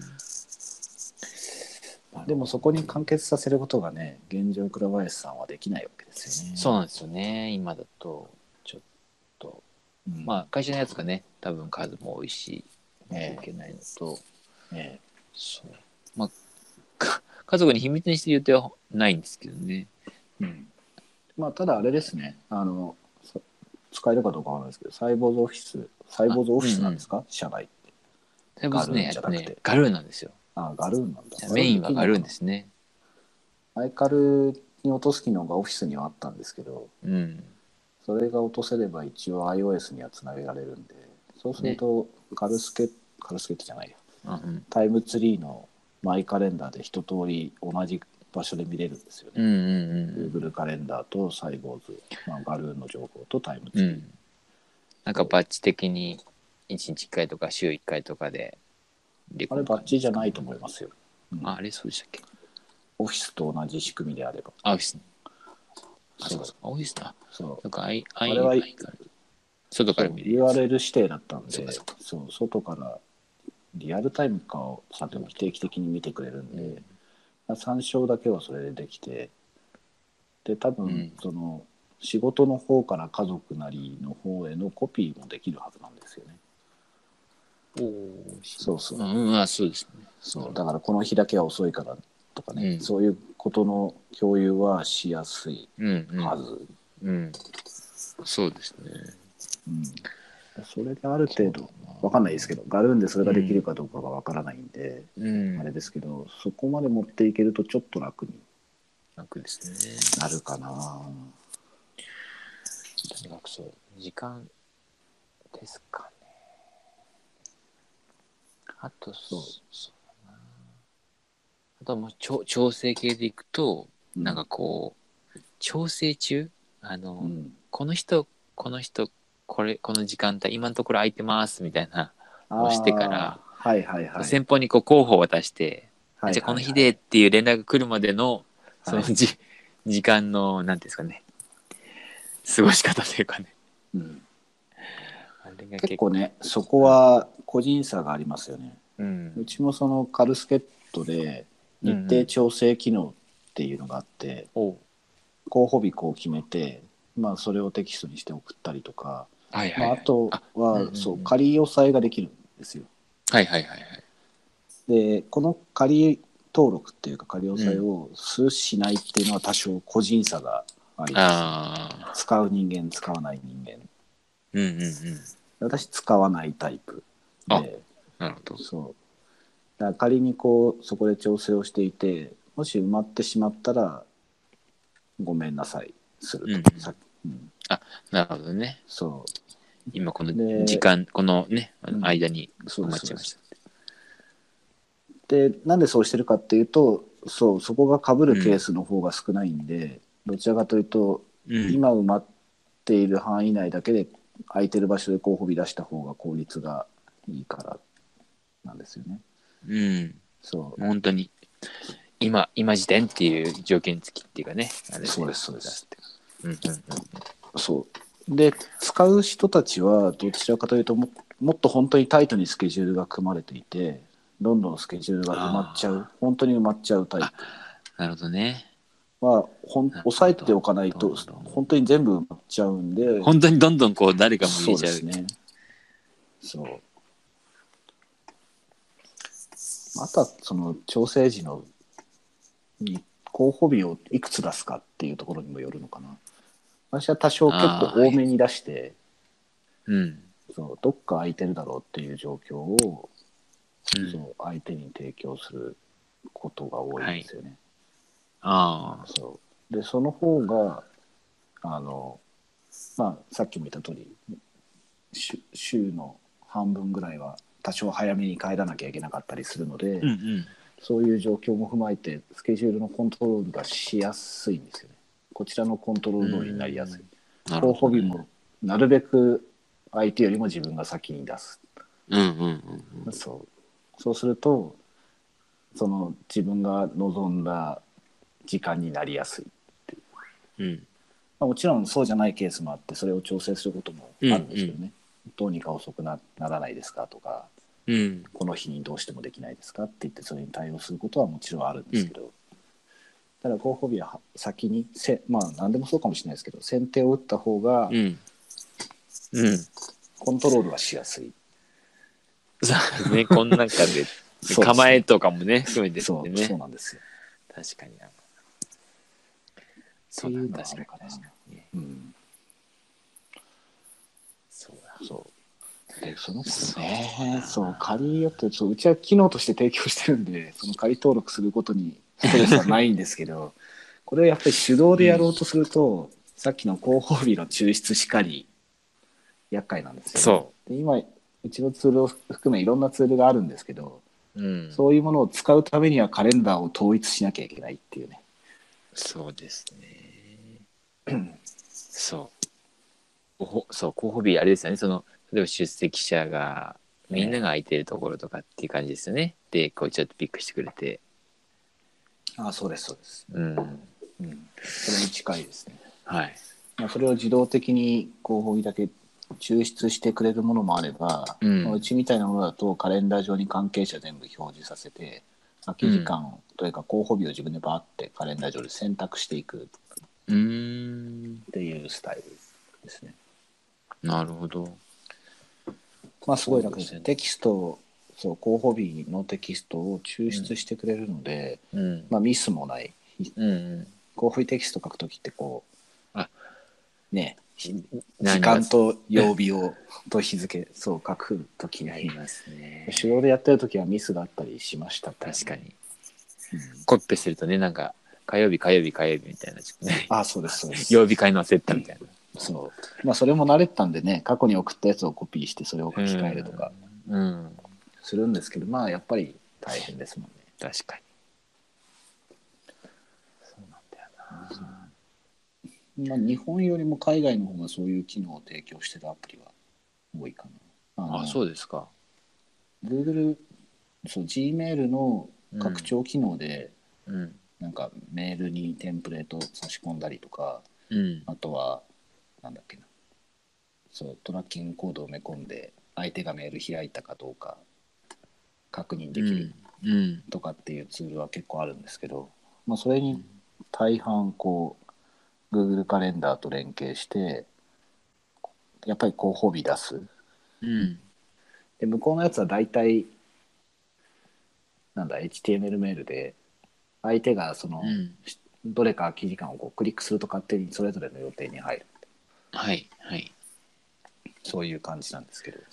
Speaker 2: ですかね。
Speaker 1: でもそこに完結させることがね現状倉林さんはできないわけですよね。
Speaker 2: そうなんですよね。今だと、ちょっと、
Speaker 1: うん、
Speaker 2: まあ、会社のやつがね、多分数も多いし、ないといけないのと、そう。まあ、家族に秘密にしてる予定はないんですけどね。
Speaker 1: うん、まあただあれですね、使えるかどうかわからないですけどサイボーズオフィスなんですか、社内って。ガルーンじゃなくて、
Speaker 2: ガルーンなんですよ。
Speaker 1: ガルーンなんだ。
Speaker 2: メインはガルーンですね。
Speaker 1: アイカルに落とす機能がオフィスにはあったんですけど、
Speaker 2: うん。
Speaker 1: それが落とせれば一応 iOS にはつなげられるんで、そうするとカルスケットじゃないや、
Speaker 2: うん、
Speaker 1: タイムツリーのマイカレンダーで一通り同じ場所で見れるんですよね。
Speaker 2: うんうんうん、
Speaker 1: Google カレンダーとサイボーズ、ガルーンの情報とタイムツリー、
Speaker 2: うん、なんかバッチ的に1日1回とか週1回とかで
Speaker 1: あれバッチじゃないと思いますよ。
Speaker 2: あれそうでしたっけ。
Speaker 1: オフィスと同じ仕組みであれば。
Speaker 2: オフィス。
Speaker 1: そう
Speaker 2: オフィスだ。
Speaker 1: そう
Speaker 2: なんか
Speaker 1: あれは
Speaker 2: 外から見れるやつ。
Speaker 1: URL 指定だったんで、そう外からリアルタイムかをさても定期的に見てくれるんで、参照だけはそれでできて、で多分その仕事の方から家族なりの方へのコピーもできるはずなんですよね。そうそう、
Speaker 2: まあそうですね。
Speaker 1: そうだからこの日だけは遅いからとかね、そういうことの共有はしやすいはず。
Speaker 2: そうですね。
Speaker 1: それである程度分かんないですけど、ガルーンでそれができるかどうかが分からないんで、あれですけど、そこまで持っていけるとちょっと楽
Speaker 2: です
Speaker 1: ねなるかな。
Speaker 2: とにかくそう時間ですかね。あとそうだな。あともう調整系でいくと、なんかこう調整中この人この時間帯今のところ空いてますみたいなのをしてから、先方にこう候補を渡して、じゃあこの日でっていう連絡が来るまでのその時間のなんていうんですかね、過ごし方というかね、
Speaker 1: あれが結構ねそこは個人差がありますよね。うちもそのカルスケットで日程調整機能っていうのがあって、候補日こう決めて、まあ、それをテキストにして送ったりとか、
Speaker 2: はいはいはい、
Speaker 1: まあ、あとはそう仮押さえができるんですよ。
Speaker 2: はいはいはいはい。
Speaker 1: でこの仮登録っていうか仮押さえをするしないっていうのは多少個人差があります、ね、使う人間使わない人間。
Speaker 2: うんうんうん。
Speaker 1: 私使わないタイプで、
Speaker 2: なるほど。
Speaker 1: そうだから仮にこうそこで調整をしていて、もし埋まってしまったらごめんなさいすると、
Speaker 2: あ、なるほどね。
Speaker 1: そう
Speaker 2: 今この時間このね間に
Speaker 1: 埋
Speaker 2: まっちゃいました。
Speaker 1: でなんでそうしてるかっていうと、そこが被るケースの方が少ないんで、どちらかというと、今埋まっている範囲内だけで空いてる場所で候補日出した方が効率がいいからなんですよね。そう
Speaker 2: 本当に今時点っていう条件付きっていうかね、あれで
Speaker 1: そうですそうです。
Speaker 2: そう
Speaker 1: で使う人たちはどちらかというともっと本当にタイトにスケジュールが組まれていて、どんどんスケジュールが埋まっちゃう、本当に埋まっちゃうタイプ。
Speaker 2: なるほどね。
Speaker 1: は抑えておかないと本当に全部埋まっちゃうんで、
Speaker 2: 本当にどんどんこう誰かも入れちゃう。
Speaker 1: そうですね。そうあとはその調整時の候補日をいくつ出すかっていうところにもよるのかな。私は多少結構多めに出して、そうどっか空いてるだろうっていう状況を、そう相手に提供することが多いんですよね。そうでその方がまあさっきも言った通り週の半分ぐらいは多少早めに帰らなきゃいけなかったりするので、そういう状況も踏まえてスケジュールのコントロールがしやすいんですよね。こちらのコントロール通りになりやすい。候補日もなるべく相手よりも自分が先に出す。そうするとその自分が望んだ時間になりやすいっていう、もちろんそうじゃないケースもあってそれを調整することもあるんですけどね、どうにか遅く ならないですかとか、この日にどうしてもできないですかって言ってそれに対応することはもちろんあるんですけど、ただ候補日は先にまあ何でもそうかもしれないですけど先手を打った方がコントロールはしやすい。
Speaker 2: そうね、この中で構えとかもね含めてね。
Speaker 1: そうなんですよ。
Speaker 2: 確かにな。
Speaker 1: っていうのはあるかな。でその子ね、そう仮よってうちは機能として提供してるんでその仮登録することにストレスはないんですけどこれをやっぱり手動でやろうとすると、さっきの広報日の抽出しかり厄介なんですよね。で今うちのツールを含めいろんなツールがあるんですけど、そういうものを使うためにはカレンダーを統一しなきゃいけないっていうね。
Speaker 2: そうですね。そう候補日あれですよね。その例えば出席者がみんなが空いてるところとかっていう感じですよね。でこうちょっとピックしてくれて。
Speaker 1: そうですそうです。それに近いですね。
Speaker 2: はい。
Speaker 1: それを自動的に候補日だけ抽出してくれるものもあれば、うちみたいなものだとカレンダー上に関係者全部表示させて空き時間というか候補日を自分でバーってカレンダー上で選択していくっていうスタイルですね。
Speaker 2: なるほど。
Speaker 1: すごい楽ですね。テキスト候補日のテキストを抽出してくれるので、ミスもない。候補日テキスト書くときってこうね、時間と曜日をと日付書くときに手動でやってるときはミスがあったりしましたから、
Speaker 2: 確かに、コピペするとねなんか火曜日みたいな
Speaker 1: そうですそうです。
Speaker 2: 曜日変えの焦ったみたいな、
Speaker 1: それも慣れてたんでね、過去に送ったやつをコピーしてそれを書き換えるとかするんですけど、やっぱり大変ですもんね。
Speaker 2: 確かにそうなんだよ
Speaker 1: な。日本よりも海外の方がそういう機能を提供してるアプリは多いかな。
Speaker 2: そうですか。
Speaker 1: Google Gmail の拡張機能で、なんかメールにテンプレート差し込んだりとか、あとはなんだっけな、トラッキングコードを埋め込んで相手がメール開いたかどうか確認できるとかっていうツールは結構あるんですけど、まあ、それに大半こう Google カレンダーと連携してやっぱりこう褒美出す。で向こうのやつは大体なんだ HTML メールで相手がその、どれか記事間をこうクリックすると勝手にそれぞれの予定に入る。
Speaker 2: はいはい。
Speaker 1: そういう感じなんですけど、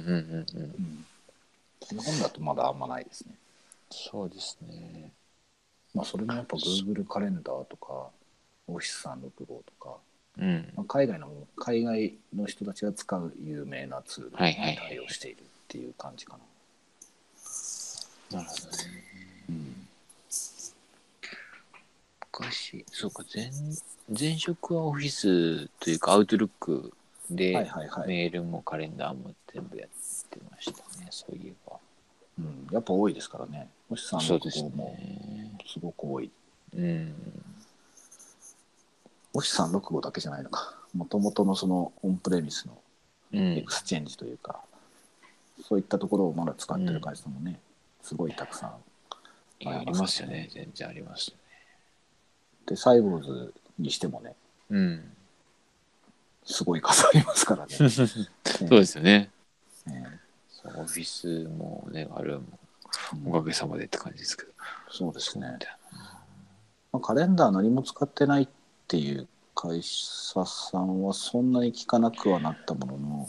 Speaker 1: 日本だとまだあんまないですね。
Speaker 2: そうですね。
Speaker 1: まあそれもやっぱ Google カレンダーとか Office365 とか、まあ、海外の人たちが使う有名なツールに対応しているっていう感じか
Speaker 2: な。なるほどね。昔そうか前職はオフィスというかアウトルックでメールもカレンダーも全部やってましたね。そういえば。
Speaker 1: やっぱ多いですからね。Office365 もすごく多い。Office365 だけじゃないのか。もともとのそのオンプレミスのエクスチェンジというか、そういったところをまだ使ってる会社もね、すごいたくさん
Speaker 2: ありますよね。全然ありますよね。
Speaker 1: でサイボーズにしてもね、すごい数ありますからね。
Speaker 2: そうですよね。オフィスもねあるおかげさまでって感じですけど。
Speaker 1: そうですね。まあ、カレンダー何も使ってないっていう会社さんはそんなに聞かなくはなったものの、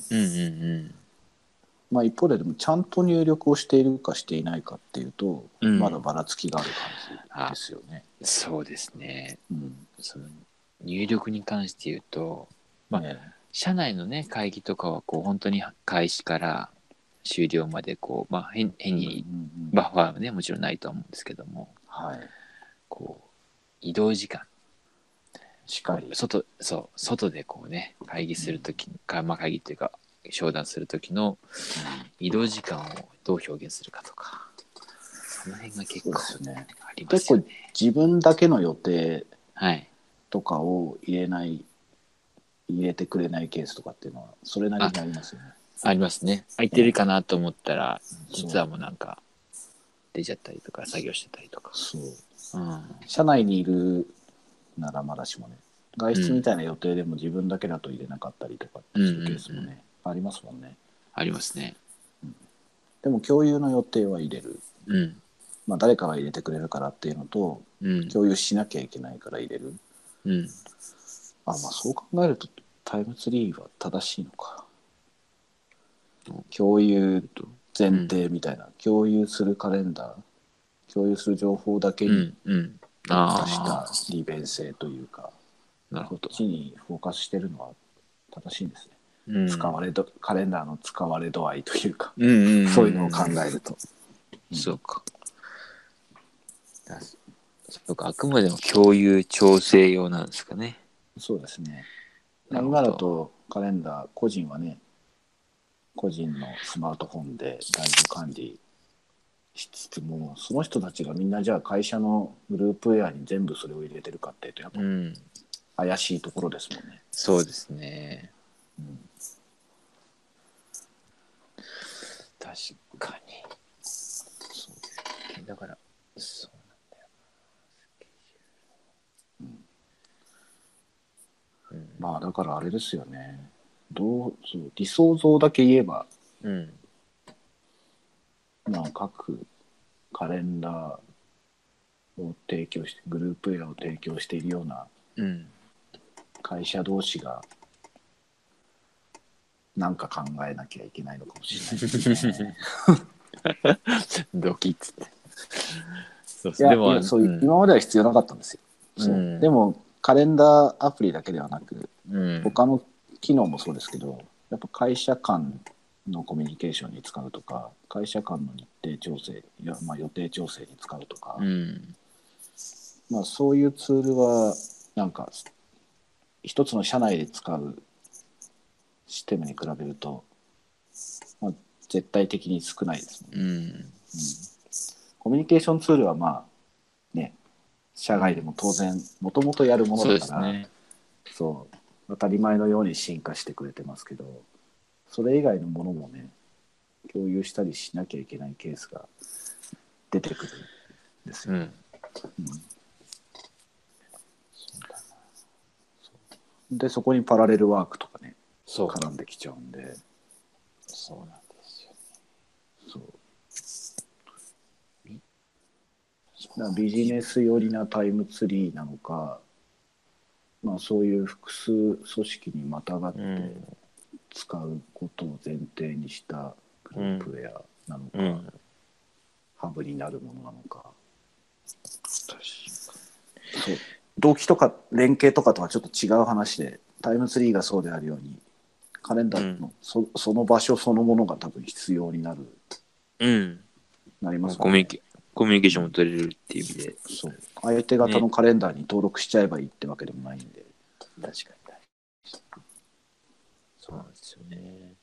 Speaker 1: まあ一方ででもちゃんと入力をしているかしていないかっていうと、まだばらつきがある感じですよね。
Speaker 2: そうですね。その入力に関して言うと、まあ、社内のね会議とかはこう本当に開始から終了までこう、まあ、変にバッファーはねもちろんないと思うんですけども、こう移動時間
Speaker 1: しっかり
Speaker 2: 外でこうね会議するときに、まあ、会議っていうか商談するときの移動時間をどう表現するかとか、その辺が結構ありますよね。
Speaker 1: 結構自分だけの予定とかを入れてくれないケースとかっていうのはそれなりにありますよね。
Speaker 2: ありますね。空いてるかなと思ったら、実はもうなんか出ちゃったりとか作業してたりとか。
Speaker 1: 社内にいるならまだしもね、外出みたいな予定でも自分だけだと入れなかったりとかっていうケースもね、ありますもんね。
Speaker 2: ありますね。
Speaker 1: でも共有の予定は入れる。まあ誰かが入れてくれるからっていうのと、共有しなきゃいけないから入れる。まあそう考えるとタイムツリーは正しいのか。共有前提みたいな、共有するカレンダー、共有する情報だけに特化した利便性というか、こっちにフォーカスしてるのは正しいんですね。カレンダーの使われ度合いというか、そういうのを考えると。
Speaker 2: そうか。そうか、あくまでも共有調整用なんですかね。
Speaker 1: そうですね。今だとカレンダー、個人はね、個人のスマートフォンでライブ管理しつつも、その人たちがみんなじゃあ会社のグループウェアに全部それを入れてるかっていうとやっぱ怪しいところですもんね。
Speaker 2: そうですね。確かに。だからそうなんだよな。
Speaker 1: まあだからあれですよね。理想像だけ言えば、まあ各カレンダーを提供してグループウェアを提供しているような会社同士がなんか考えなきゃいけないのかもしれないですね。
Speaker 2: ドキッつって。
Speaker 1: でも今までは必要なかったんですよ。でもカレンダーアプリだけではなく、他の機能もそうですけど、やっぱ会社間のコミュニケーションに使うとか、会社間の日程調整まあ、予定調整に使うとか、まあ、そういうツールはなんか一つの社内で使うシステムに比べると、まあ、絶対的に少ないですもんね。コミュニケーションツールはまあね、社外でも当然もともとやるものだから、そう当たり前のように進化してくれてますけど、それ以外のものもね共有したりしなきゃいけないケースが出てくるんですよ。でそこにパラレルワークとかね絡んできちゃうんで。
Speaker 2: そうなんですよね。
Speaker 1: だからビジネス寄りなタイムツリーなのか、まあ、そういう複数組織にまたがって使うことを前提にしたグループウェアなのか、ハブになるものなのか。そう同期とか連携とかとはちょっと違う話で、タイムツリーがそうであるようにカレンダーのその場所そのものが多分必要になる、なりますもんね。
Speaker 2: コミュニケーションも取れるっていう意味で、
Speaker 1: そう相手方のカレンダーに登録しちゃえばいいってわけでもないんで。
Speaker 2: 確かにそうなんですよね。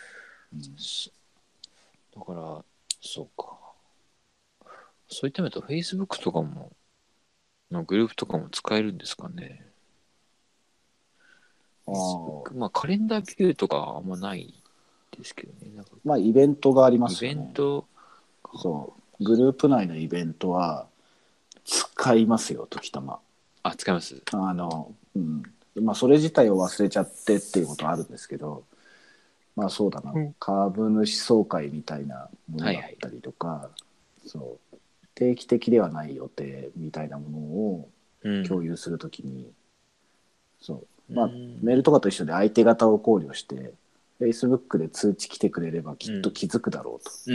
Speaker 2: だからそうか、そういった意味だと Facebook とかものグループとかも使えるんですかね。Facebook、まあカレンダービューとかあんまないですけどね。なんか
Speaker 1: まあイベントがありますよね。
Speaker 2: イベント、
Speaker 1: そうグループ内のイベントは使いますよ、時たま。
Speaker 2: あ、使います。
Speaker 1: まあそれ自体を忘れちゃってっていうことはあるんですけど、まあそうだな、株主総会みたいなものだったりとか、そう定期的ではない予定みたいなものを共有するときに、そうまあメールとかと一緒で相手方を考慮して Facebook で通知来てくれればきっと気づくだろうと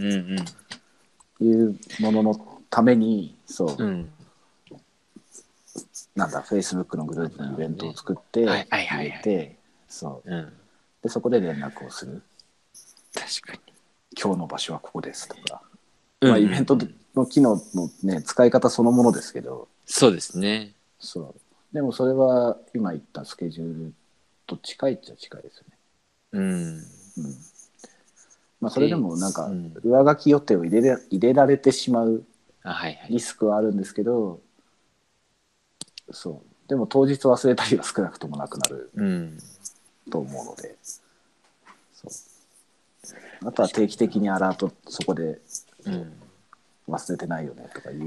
Speaker 1: いうもののために、なんだ Facebook のグループのイベントを作って入れて、でそこで連絡をする。
Speaker 2: 確かに
Speaker 1: 今日の場所はここですとか、まあイベントの機能のね使い方そのものですけど。
Speaker 2: そうですね。
Speaker 1: でもそれは今言ったスケジュールと近いっちゃ近いですよね。まあそれでもなんか上書き予定を入れられてしまうリスクはあるんですけど、でも当日忘れたりは少なくともなくなると思うので、あとは定期的にアラートそこで忘れてないよねとかいう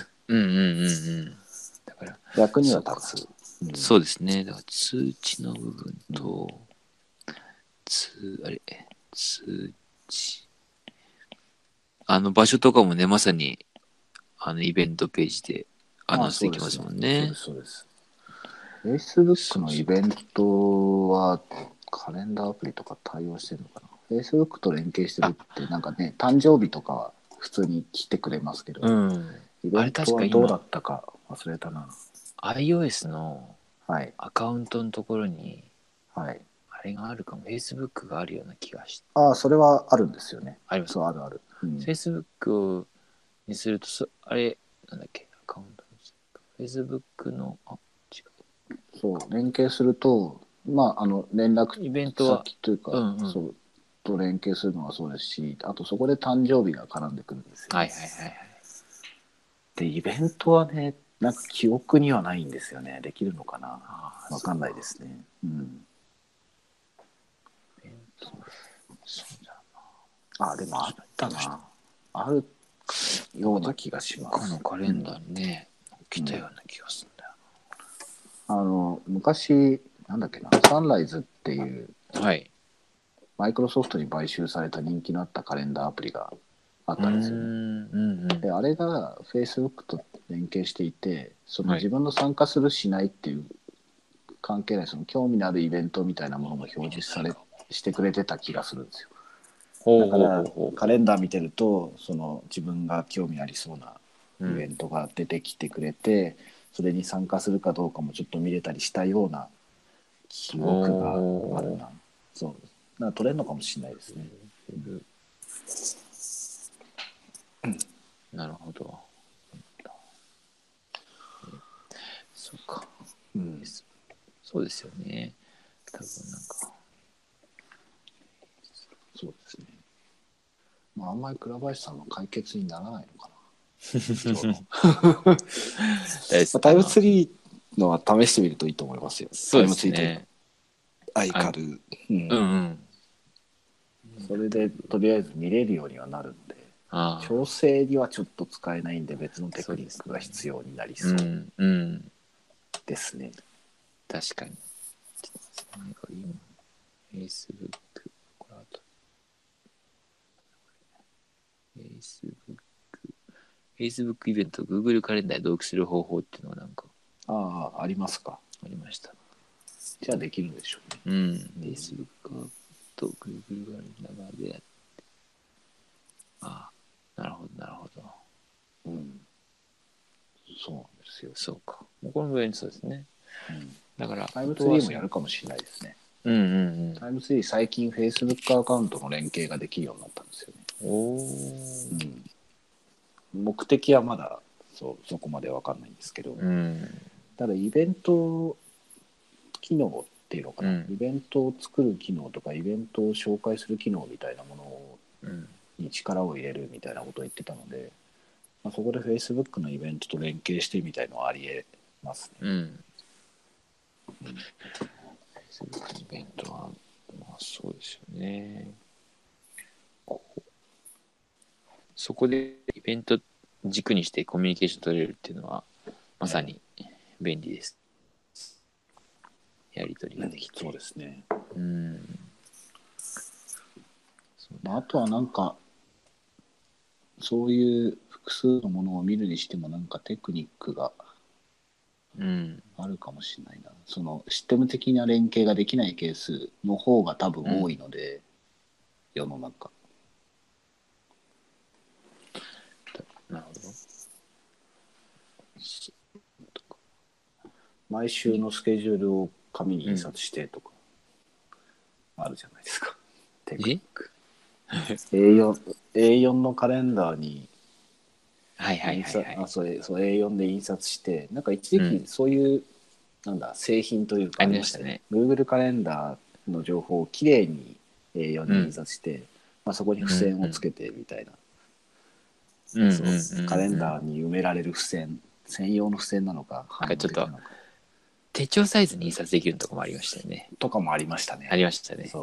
Speaker 1: だから役には立つ。
Speaker 2: そうですね。だから通知の部分と、通知場所とかもね、まさにイベントページでアナウンスできますもんね。
Speaker 1: そうです。Facebook のイベントはカレンダーアプリとか対応してるのかな。Facebook と連携してるってなんかね、誕生日とかは普通に来てくれますけど、イベントはどうだったか忘れたな。
Speaker 2: iOS のアカウントのところに、あれがあるかも。Facebook があるような気がして。
Speaker 1: それはあるんですよね。
Speaker 2: あります。
Speaker 1: あるある。
Speaker 2: Facebook にするとあれなんだっけ、アカウント Facebook の違
Speaker 1: う連携すると、まあ連絡
Speaker 2: イベントは
Speaker 1: 先というか、と連携するのはそうですし、あとそこで誕生日が絡んでくるんですよ、ね。でイベントはね、なんか記憶にはないんですよね。できるのかな。わかんないですね。でもあったな。あるような気がします。
Speaker 2: 他のカレンダーにね、来たような気がするんだ
Speaker 1: よ。昔なんだっけな、サンライズっていうマイクロソフトに買収された人気のあったカレンダーアプリがあったんですよね。であれが Facebook と連携していて、その自分の参加するしないっていう関係ない、その興味のあるイベントみたいなものも表示してくれてた気がするんですよ。だからカレンダー見てると、その自分が興味ありそうなイベントが出てきてくれて、それに参加するかどうかもちょっと見れたりしたような記憶があるな。だから取れるのかもしれないですね。
Speaker 2: なるほど。そうか。そうですよね。多分なんか。
Speaker 1: そうですね。あんまり倉林さんの解決にならないのかな。タイムツリーのは試してみるといいと思いますよ。
Speaker 2: そうですね。
Speaker 1: アイカル。それでとりあえず見れるようにはなるんで。 調整にはちょっと使えないんで別のテクニックが必要になりそうですね。
Speaker 2: 確かに。Facebook、これあと Facebook イベント、Google カレンダーで同期する方法っていうのはなんか。
Speaker 1: ありますか。
Speaker 2: ありました。
Speaker 1: じゃあできるでしょう
Speaker 2: ね。Facebook と Google カレンダーでやって。なるほど、なるほど。
Speaker 1: そうなんですよ。
Speaker 2: そうか。これも便利そうですね。だから、
Speaker 1: タイムツリーもやるかもしれないですね。タイムツリー最近 Facebook アカウントの連携ができるようになったんですよね。目的はまだそこまで分かんないんですけど、ただイベント機能っていうのかな、イベントを作る機能とかイベントを紹介する機能みたいなものに力を入れるみたいなことを言ってたので、そこで Facebook のイベントと連携してみたいのはありえますね。
Speaker 2: Facebook のイベントは、そうですよね。そこでイベント軸にしてコミュニケーション取れるっていうのはまさに便利です。やり取りができて。
Speaker 1: そうですね。あとはなんかそういう複数のものを見るにしてもなんかテクニックがあるかもしれないな。そのシステム的な連携ができないケースの方が多分多いので、世の中。
Speaker 2: なるほど。
Speaker 1: 毎週のスケジュールを紙に印刷してとかあるじゃないですか。テクニック。A4 のカレンダーにそう A4 で印刷してなんか一時期そういう、なんだ製品というか
Speaker 2: ありましたね。
Speaker 1: Google カレンダーの情報をきれいに A4 に印刷して、そこに付箋をつけてみたいな、カレンダーに埋められる付箋専用の付箋なのか
Speaker 2: なんかちょっと手帳サイズに印刷できるとこもありましたよね。
Speaker 1: とかもありましたね。
Speaker 2: ありましたね。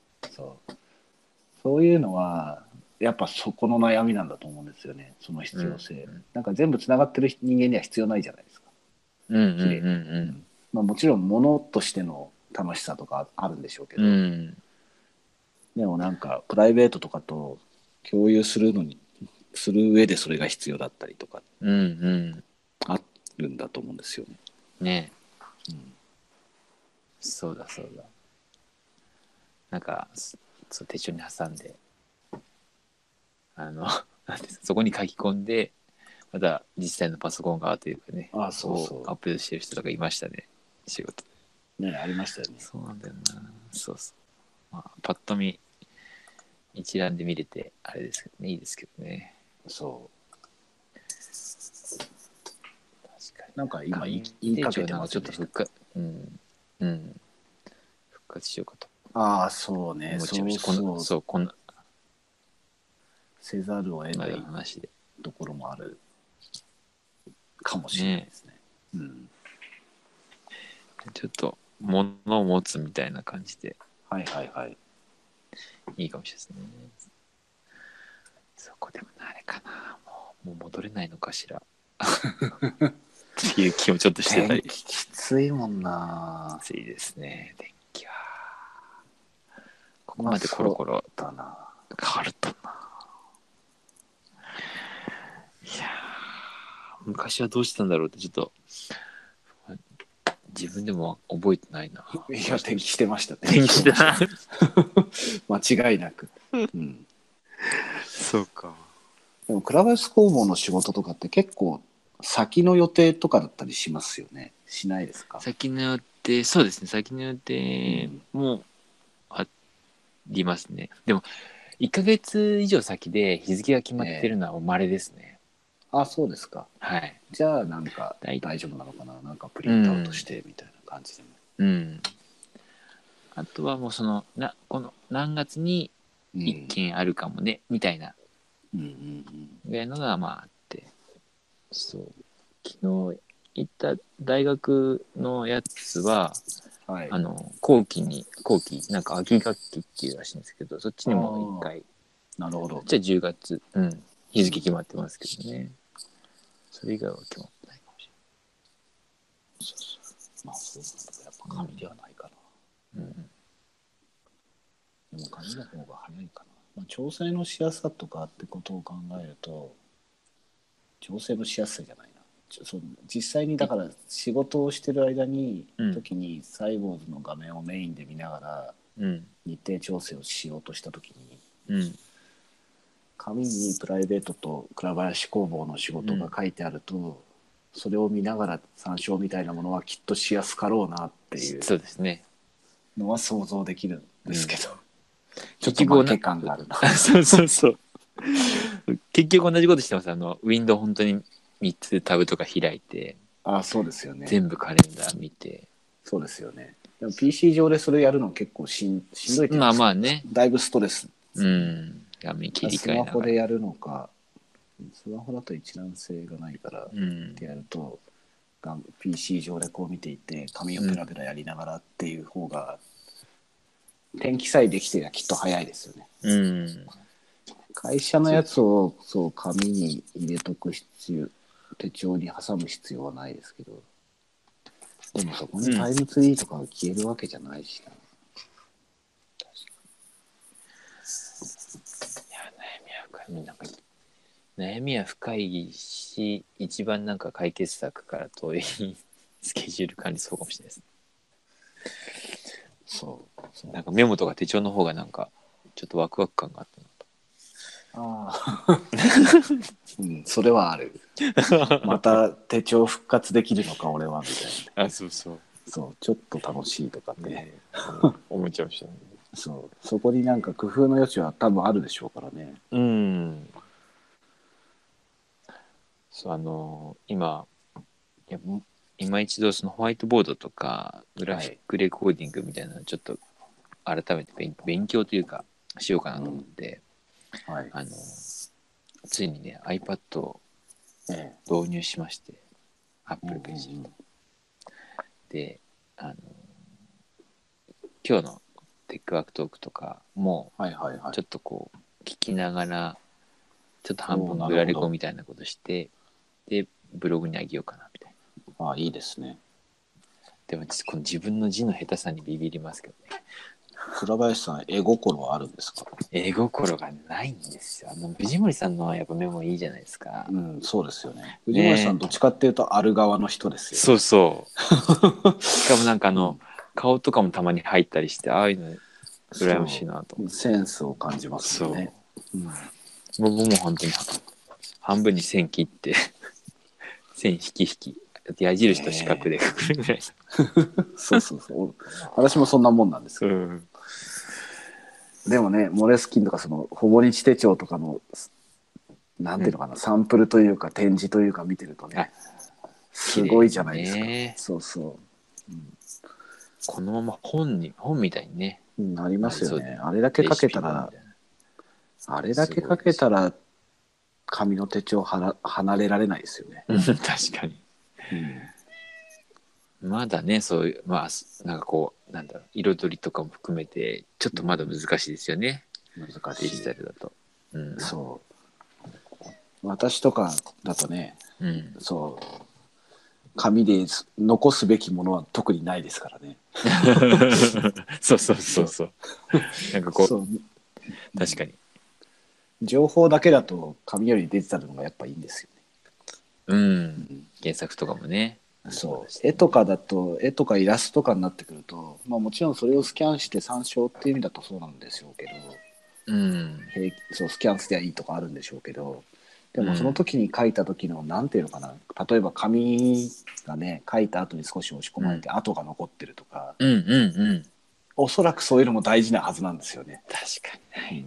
Speaker 1: そういうのはやっぱそこの悩みなんだと思うんですよね。その必要性、なんか全部つながってる人間には必要ないじゃないですか。もちろん物としての楽しさとかあるんでしょうけど、でもなんかプライベートとかと共有する上でそれが必要だったりとか、あるんだと思うんですよね。
Speaker 2: ねえ、そうだなんかそう手帳に挟んでそこに書き込んでまた実際のパソコン側というかね、
Speaker 1: そう
Speaker 2: アップデートしてる人とかいましたね、仕事
Speaker 1: ね。ありましたよね。
Speaker 2: そうなんだよな。パッと見一覧で見れてあれですけどね、いいですけどね。確かに
Speaker 1: なんか今言いかけてますね。
Speaker 2: ちょっと復活しようかと。
Speaker 1: そうね。
Speaker 2: こんな
Speaker 1: せざるを得ない話でところもあるかもしれないですね。
Speaker 2: ちょっと物を持つみたいな感じで、いいかもしれないですね。そこでもあれかな、もう戻れないのかしらっていう気もちょっとしてたり。
Speaker 1: きついもんな。
Speaker 2: きついですね、電気は。ここまでコロコロ変わるとな。いや昔はどうしてたんだろうってちょっと自分でも覚えてないな。
Speaker 1: いや、電気してました。
Speaker 2: 電気してた
Speaker 1: 間違いなく。
Speaker 2: そうか。
Speaker 1: でも倉林工房の仕事とかって結構先の予定とかだったりしますよね。しないですか？
Speaker 2: 先の予定、そうですね。先の予定もありますね。でも1ヶ月以上先で日付が決まってるのは稀ですね。
Speaker 1: そうですか。
Speaker 2: はい。
Speaker 1: じゃあなんか大丈夫なのかな。なんかプリントアウトしてみたいな感じでも。
Speaker 2: あとはもうこの何月に一件あるかもね、みたいなぐらいのがあって、昨日行った大学のやつは、後期なんか秋学期っていうらしいんですけど、そっちにも一回。
Speaker 1: なるほど。
Speaker 2: じゃあ10月。 日付決まってますけどね。それ以外は決まってないかもし
Speaker 1: そうそう。まあそうなんだけど、やっぱ紙ではないかな。
Speaker 2: れない。
Speaker 1: でも紙の方が早いかな。まあ、調整のしやすさとかってことを考えると、調整のしやすさじゃないな。そう実際にだから仕事をしてる間に、時にサイボーズの画面をメインで見ながら日程調整をしようとした時に、紙にプライベートと倉林工房の仕事が書いてあると、それを見ながら参照みたいなものはきっとしやすかろうなっていう
Speaker 2: そうですね。
Speaker 1: のは想像できるんですけど、ちょっと負け感があるな。
Speaker 2: そうそうそう。結局同じことしてます。ウィンドウ本当に3つタブとか開いて、
Speaker 1: そうですよね。
Speaker 2: 全部カレンダー見て。
Speaker 1: そうですよね。でも PC 上でそれやるの結構しんどいっていうか、
Speaker 2: まあまあね。
Speaker 1: だいぶストレス。
Speaker 2: 画面切り
Speaker 1: ス
Speaker 2: 替えながら。
Speaker 1: マホでやるのか、スマホだと一覧性がないからってやると、PC 上でこう見ていて紙をペラペラやりながらっていう方が、天気さえできてりゃきっと早いですよね。会社のやつをそう紙に入れとく必要、手帳に挟む必要はないですけど、でもそこにタイムツリーとかが消えるわけじゃないしな。
Speaker 2: 悩みは深いし、一番なんか解決策から遠いスケジュール管理そうかもしれないです。そうなんかメモとか手帳の方がなんかちょっとワクワク感があったなと。
Speaker 1: それはある。また手帳復活できるのか俺はみたいな。
Speaker 2: そう
Speaker 1: ちょっと楽しいとかね、
Speaker 2: 思っちゃいましたね。
Speaker 1: そこになんか工夫の余地は多分あるでしょうからね。
Speaker 2: 今一度そのホワイトボードとかグラフィックレコーディングみたいなのをちょっと改めて勉強というかしようかなと思って、ついにね iPad を導入しまして、Apple Pencil で今日のテックワークトークとかもちょっとこう聞きながらちょっと半分グラレコみたいなことして、でブログにあげようかなみたいな。
Speaker 1: いいですね。
Speaker 2: でもこの自分の字の下手さにビビりますけどね。
Speaker 1: 倉林さん、絵心はあるんですか？
Speaker 2: 絵心がないんですよ。藤森さんのやっぱメモいいじゃないですか。
Speaker 1: そうですよね。藤森さんどっちかっていうとある側の人ですよね。
Speaker 2: そうそう。しかもなんか顔とかもたまに入ったりして、ああいうの羨ましいなと思って。
Speaker 1: センスを感じますよね。
Speaker 2: 僕も本当に半分に線切って線引き矢印と四角でくるぐらい。
Speaker 1: そう私もそんなもんなんですけど、でもね、モレスキンとかそのほぼ日手帳とかのなんていうのかな、サンプルというか展示というか見てるとね、すごいじゃないですか。
Speaker 2: このまま本みたいにね、
Speaker 1: なりますよね。あれだけかけたら紙の手帳離れられないですよね。
Speaker 2: 確かに。まだね、そういうなんかこうなんだろう、彩りとかも含めてちょっとまだ難しいですよね。
Speaker 1: 難しい。
Speaker 2: デジタルだと。
Speaker 1: 私とかだとね、紙で残すべきものは特にないですからね。
Speaker 2: そうなんかこう確かに
Speaker 1: 情報だけだと紙よりデジタルの方がやっぱいいんですよね。
Speaker 2: 原作とかもね。
Speaker 1: 絵とかイラストとかになってくると、もちろんそれをスキャンして参照っていう意味だとそうなんでしょうけど、スキャンすりゃいいとかあるんでしょうけど、でもその時に書いた時のなんていうのかな、例えば紙がね書いた後に少し押し込まれて跡が残ってるとか、おそらくそういうのも大事なはずなんですよね。
Speaker 2: 確かに。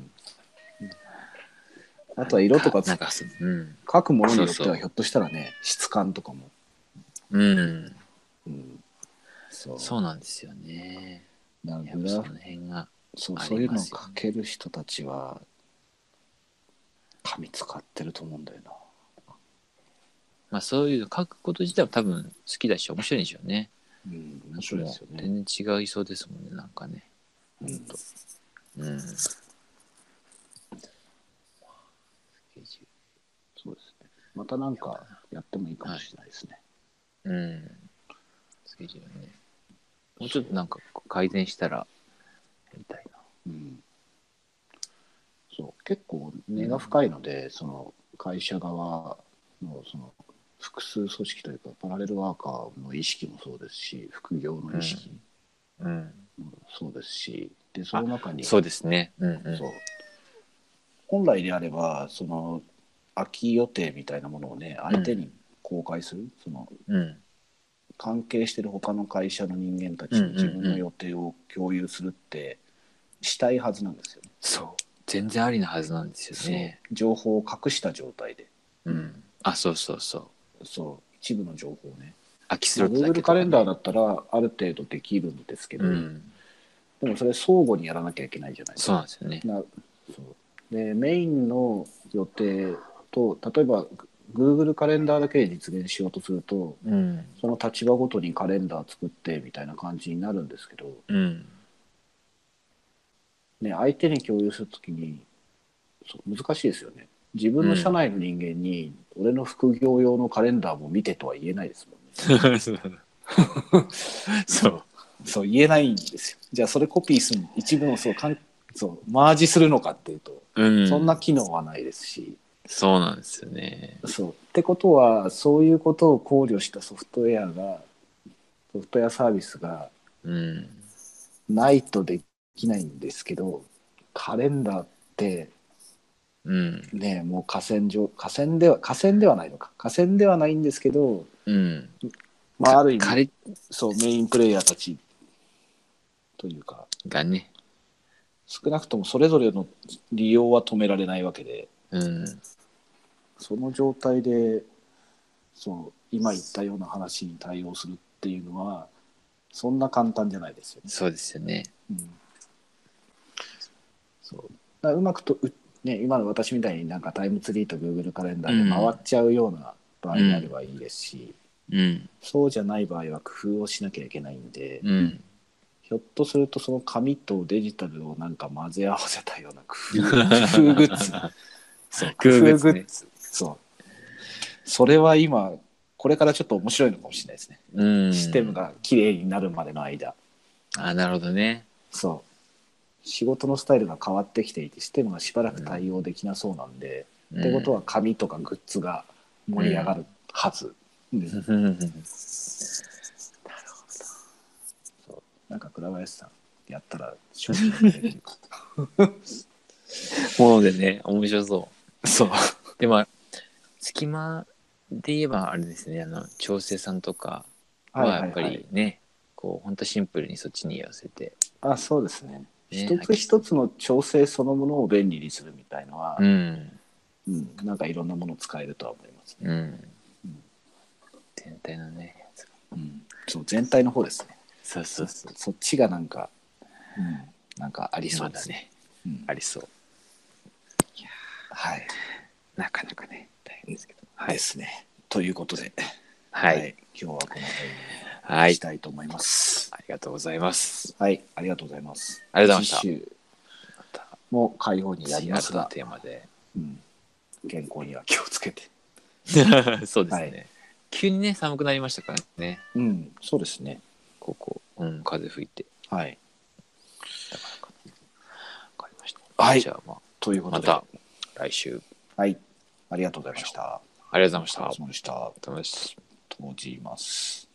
Speaker 1: あとは色とか書くものによってはひょっとしたらね、質感とかも
Speaker 2: そうなんですよね。
Speaker 1: そういうのを書ける人たちは紙使ってると思うんだよ
Speaker 2: な。そういうの書くこと自体は多分好きだし面白いんでしょうね。
Speaker 1: 面白いですよね。
Speaker 2: 全然違いそうですもんね、なんかね。
Speaker 1: またなんかやってもいいかもしれないですね。
Speaker 2: うん。スケジュールね。もうちょっとなんか改善したらやりたいな。
Speaker 1: うん。そう結構根が深いので、その会社側のその複数組織というかパラレルワーカーの意識もそうですし、副業の意識もそうですし、でその中に
Speaker 2: そうですね。
Speaker 1: そう本来であればその空き予定みたいなものをね相手に公開する、その関係してる他の会社の人間たちに自分の予定を共有するってしたいはずなんですよね。
Speaker 2: そう全然ありなはずなんですよね。
Speaker 1: 情報を隠した状態で、
Speaker 2: そうそうそう。
Speaker 1: そう一部の情報をね、
Speaker 2: 空きスロットだけ
Speaker 1: Google カレンダーだったらある程度できるんですけど、でもそれ相互にやらなきゃいけないじゃないですか。
Speaker 2: そうなんですよね。
Speaker 1: そうでメインの予定と例えば Google カレンダーだけで実現しようとすると、その立場ごとにカレンダー作ってみたいな感じになるんですけど、ね、相手に共有するときに難しいですよね。自分の社内の人間に、俺の副業用のカレンダーも見てとは言えないですもんね。そう言えないんですよ。じゃあそれコピーする一部のそうマージするのかっていうと、そんな機能はないですし。
Speaker 2: そうなんですよね。
Speaker 1: そうってことはそういうことを考慮したソフトウェアサービスがないとできないんですけど、カレンダーってね、もう河川ではないのか、河川ではないんですけど、ある意味そうメインプレイヤーたちというか
Speaker 2: がね、
Speaker 1: 少なくともそれぞれの利用は止められないわけで、その状態でそう今言ったような話に対応するっていうのはそんな簡単じゃないですよね。
Speaker 2: そうですよね。
Speaker 1: そうだうまくとね、今の私みたいになんかタイムツリーと Google カレンダーで回っちゃうような場合であればいいですし、そうじゃない場合は工夫をしなきゃいけないんで、ひょっとするとその紙とデジタルをなんか混ぜ合わせたような工夫グッズ工夫グッズ、それは今これからちょっと面白いのかもしれないですね。システムがきれいになるまでの間。
Speaker 2: なるほどね。
Speaker 1: 仕事のスタイルが変わってきていてシステムがしばらく対応できなそうなんで、ってことは紙とかグッズが盛り上がるはず、なるほど。なんか倉林さんやったら商品ができる
Speaker 2: ものでね、面白そう。でも隙間で言えばあれですね、調整さんとかはやっぱりね、こう本当シンプルにそっちに寄せて、
Speaker 1: そうですね。一つ一つの調整そのものを便利にするみたいのは、なんかいろんなもの使えるとは思いますね。
Speaker 2: 全体のね、
Speaker 1: そう全体の方ですね。
Speaker 2: そ
Speaker 1: っちがなんか、なんかありそうですね。
Speaker 2: ありそう。
Speaker 1: はい。
Speaker 2: なかなかね大変ですけど。
Speaker 1: ですね。ということで、今日はこの辺にしたいと思います。
Speaker 2: ありがとうございます。
Speaker 1: はい、ありがとうございます。
Speaker 2: ありがとうございました。
Speaker 1: 次週も開放にやりますが、
Speaker 2: テーマで、
Speaker 1: 健康には気をつけて。
Speaker 2: そうですね。急にね寒くなりましたからね。
Speaker 1: そうですね。
Speaker 2: 風吹いて。
Speaker 1: はい。
Speaker 2: だからかな。わかりました。
Speaker 1: はい。
Speaker 2: じゃあ
Speaker 1: ということで
Speaker 2: また来週。
Speaker 1: はい。ありがとうございました。
Speaker 2: ありがとうございました。
Speaker 1: お疲れ様でした。
Speaker 2: お疲れ様です。
Speaker 1: 閉じます。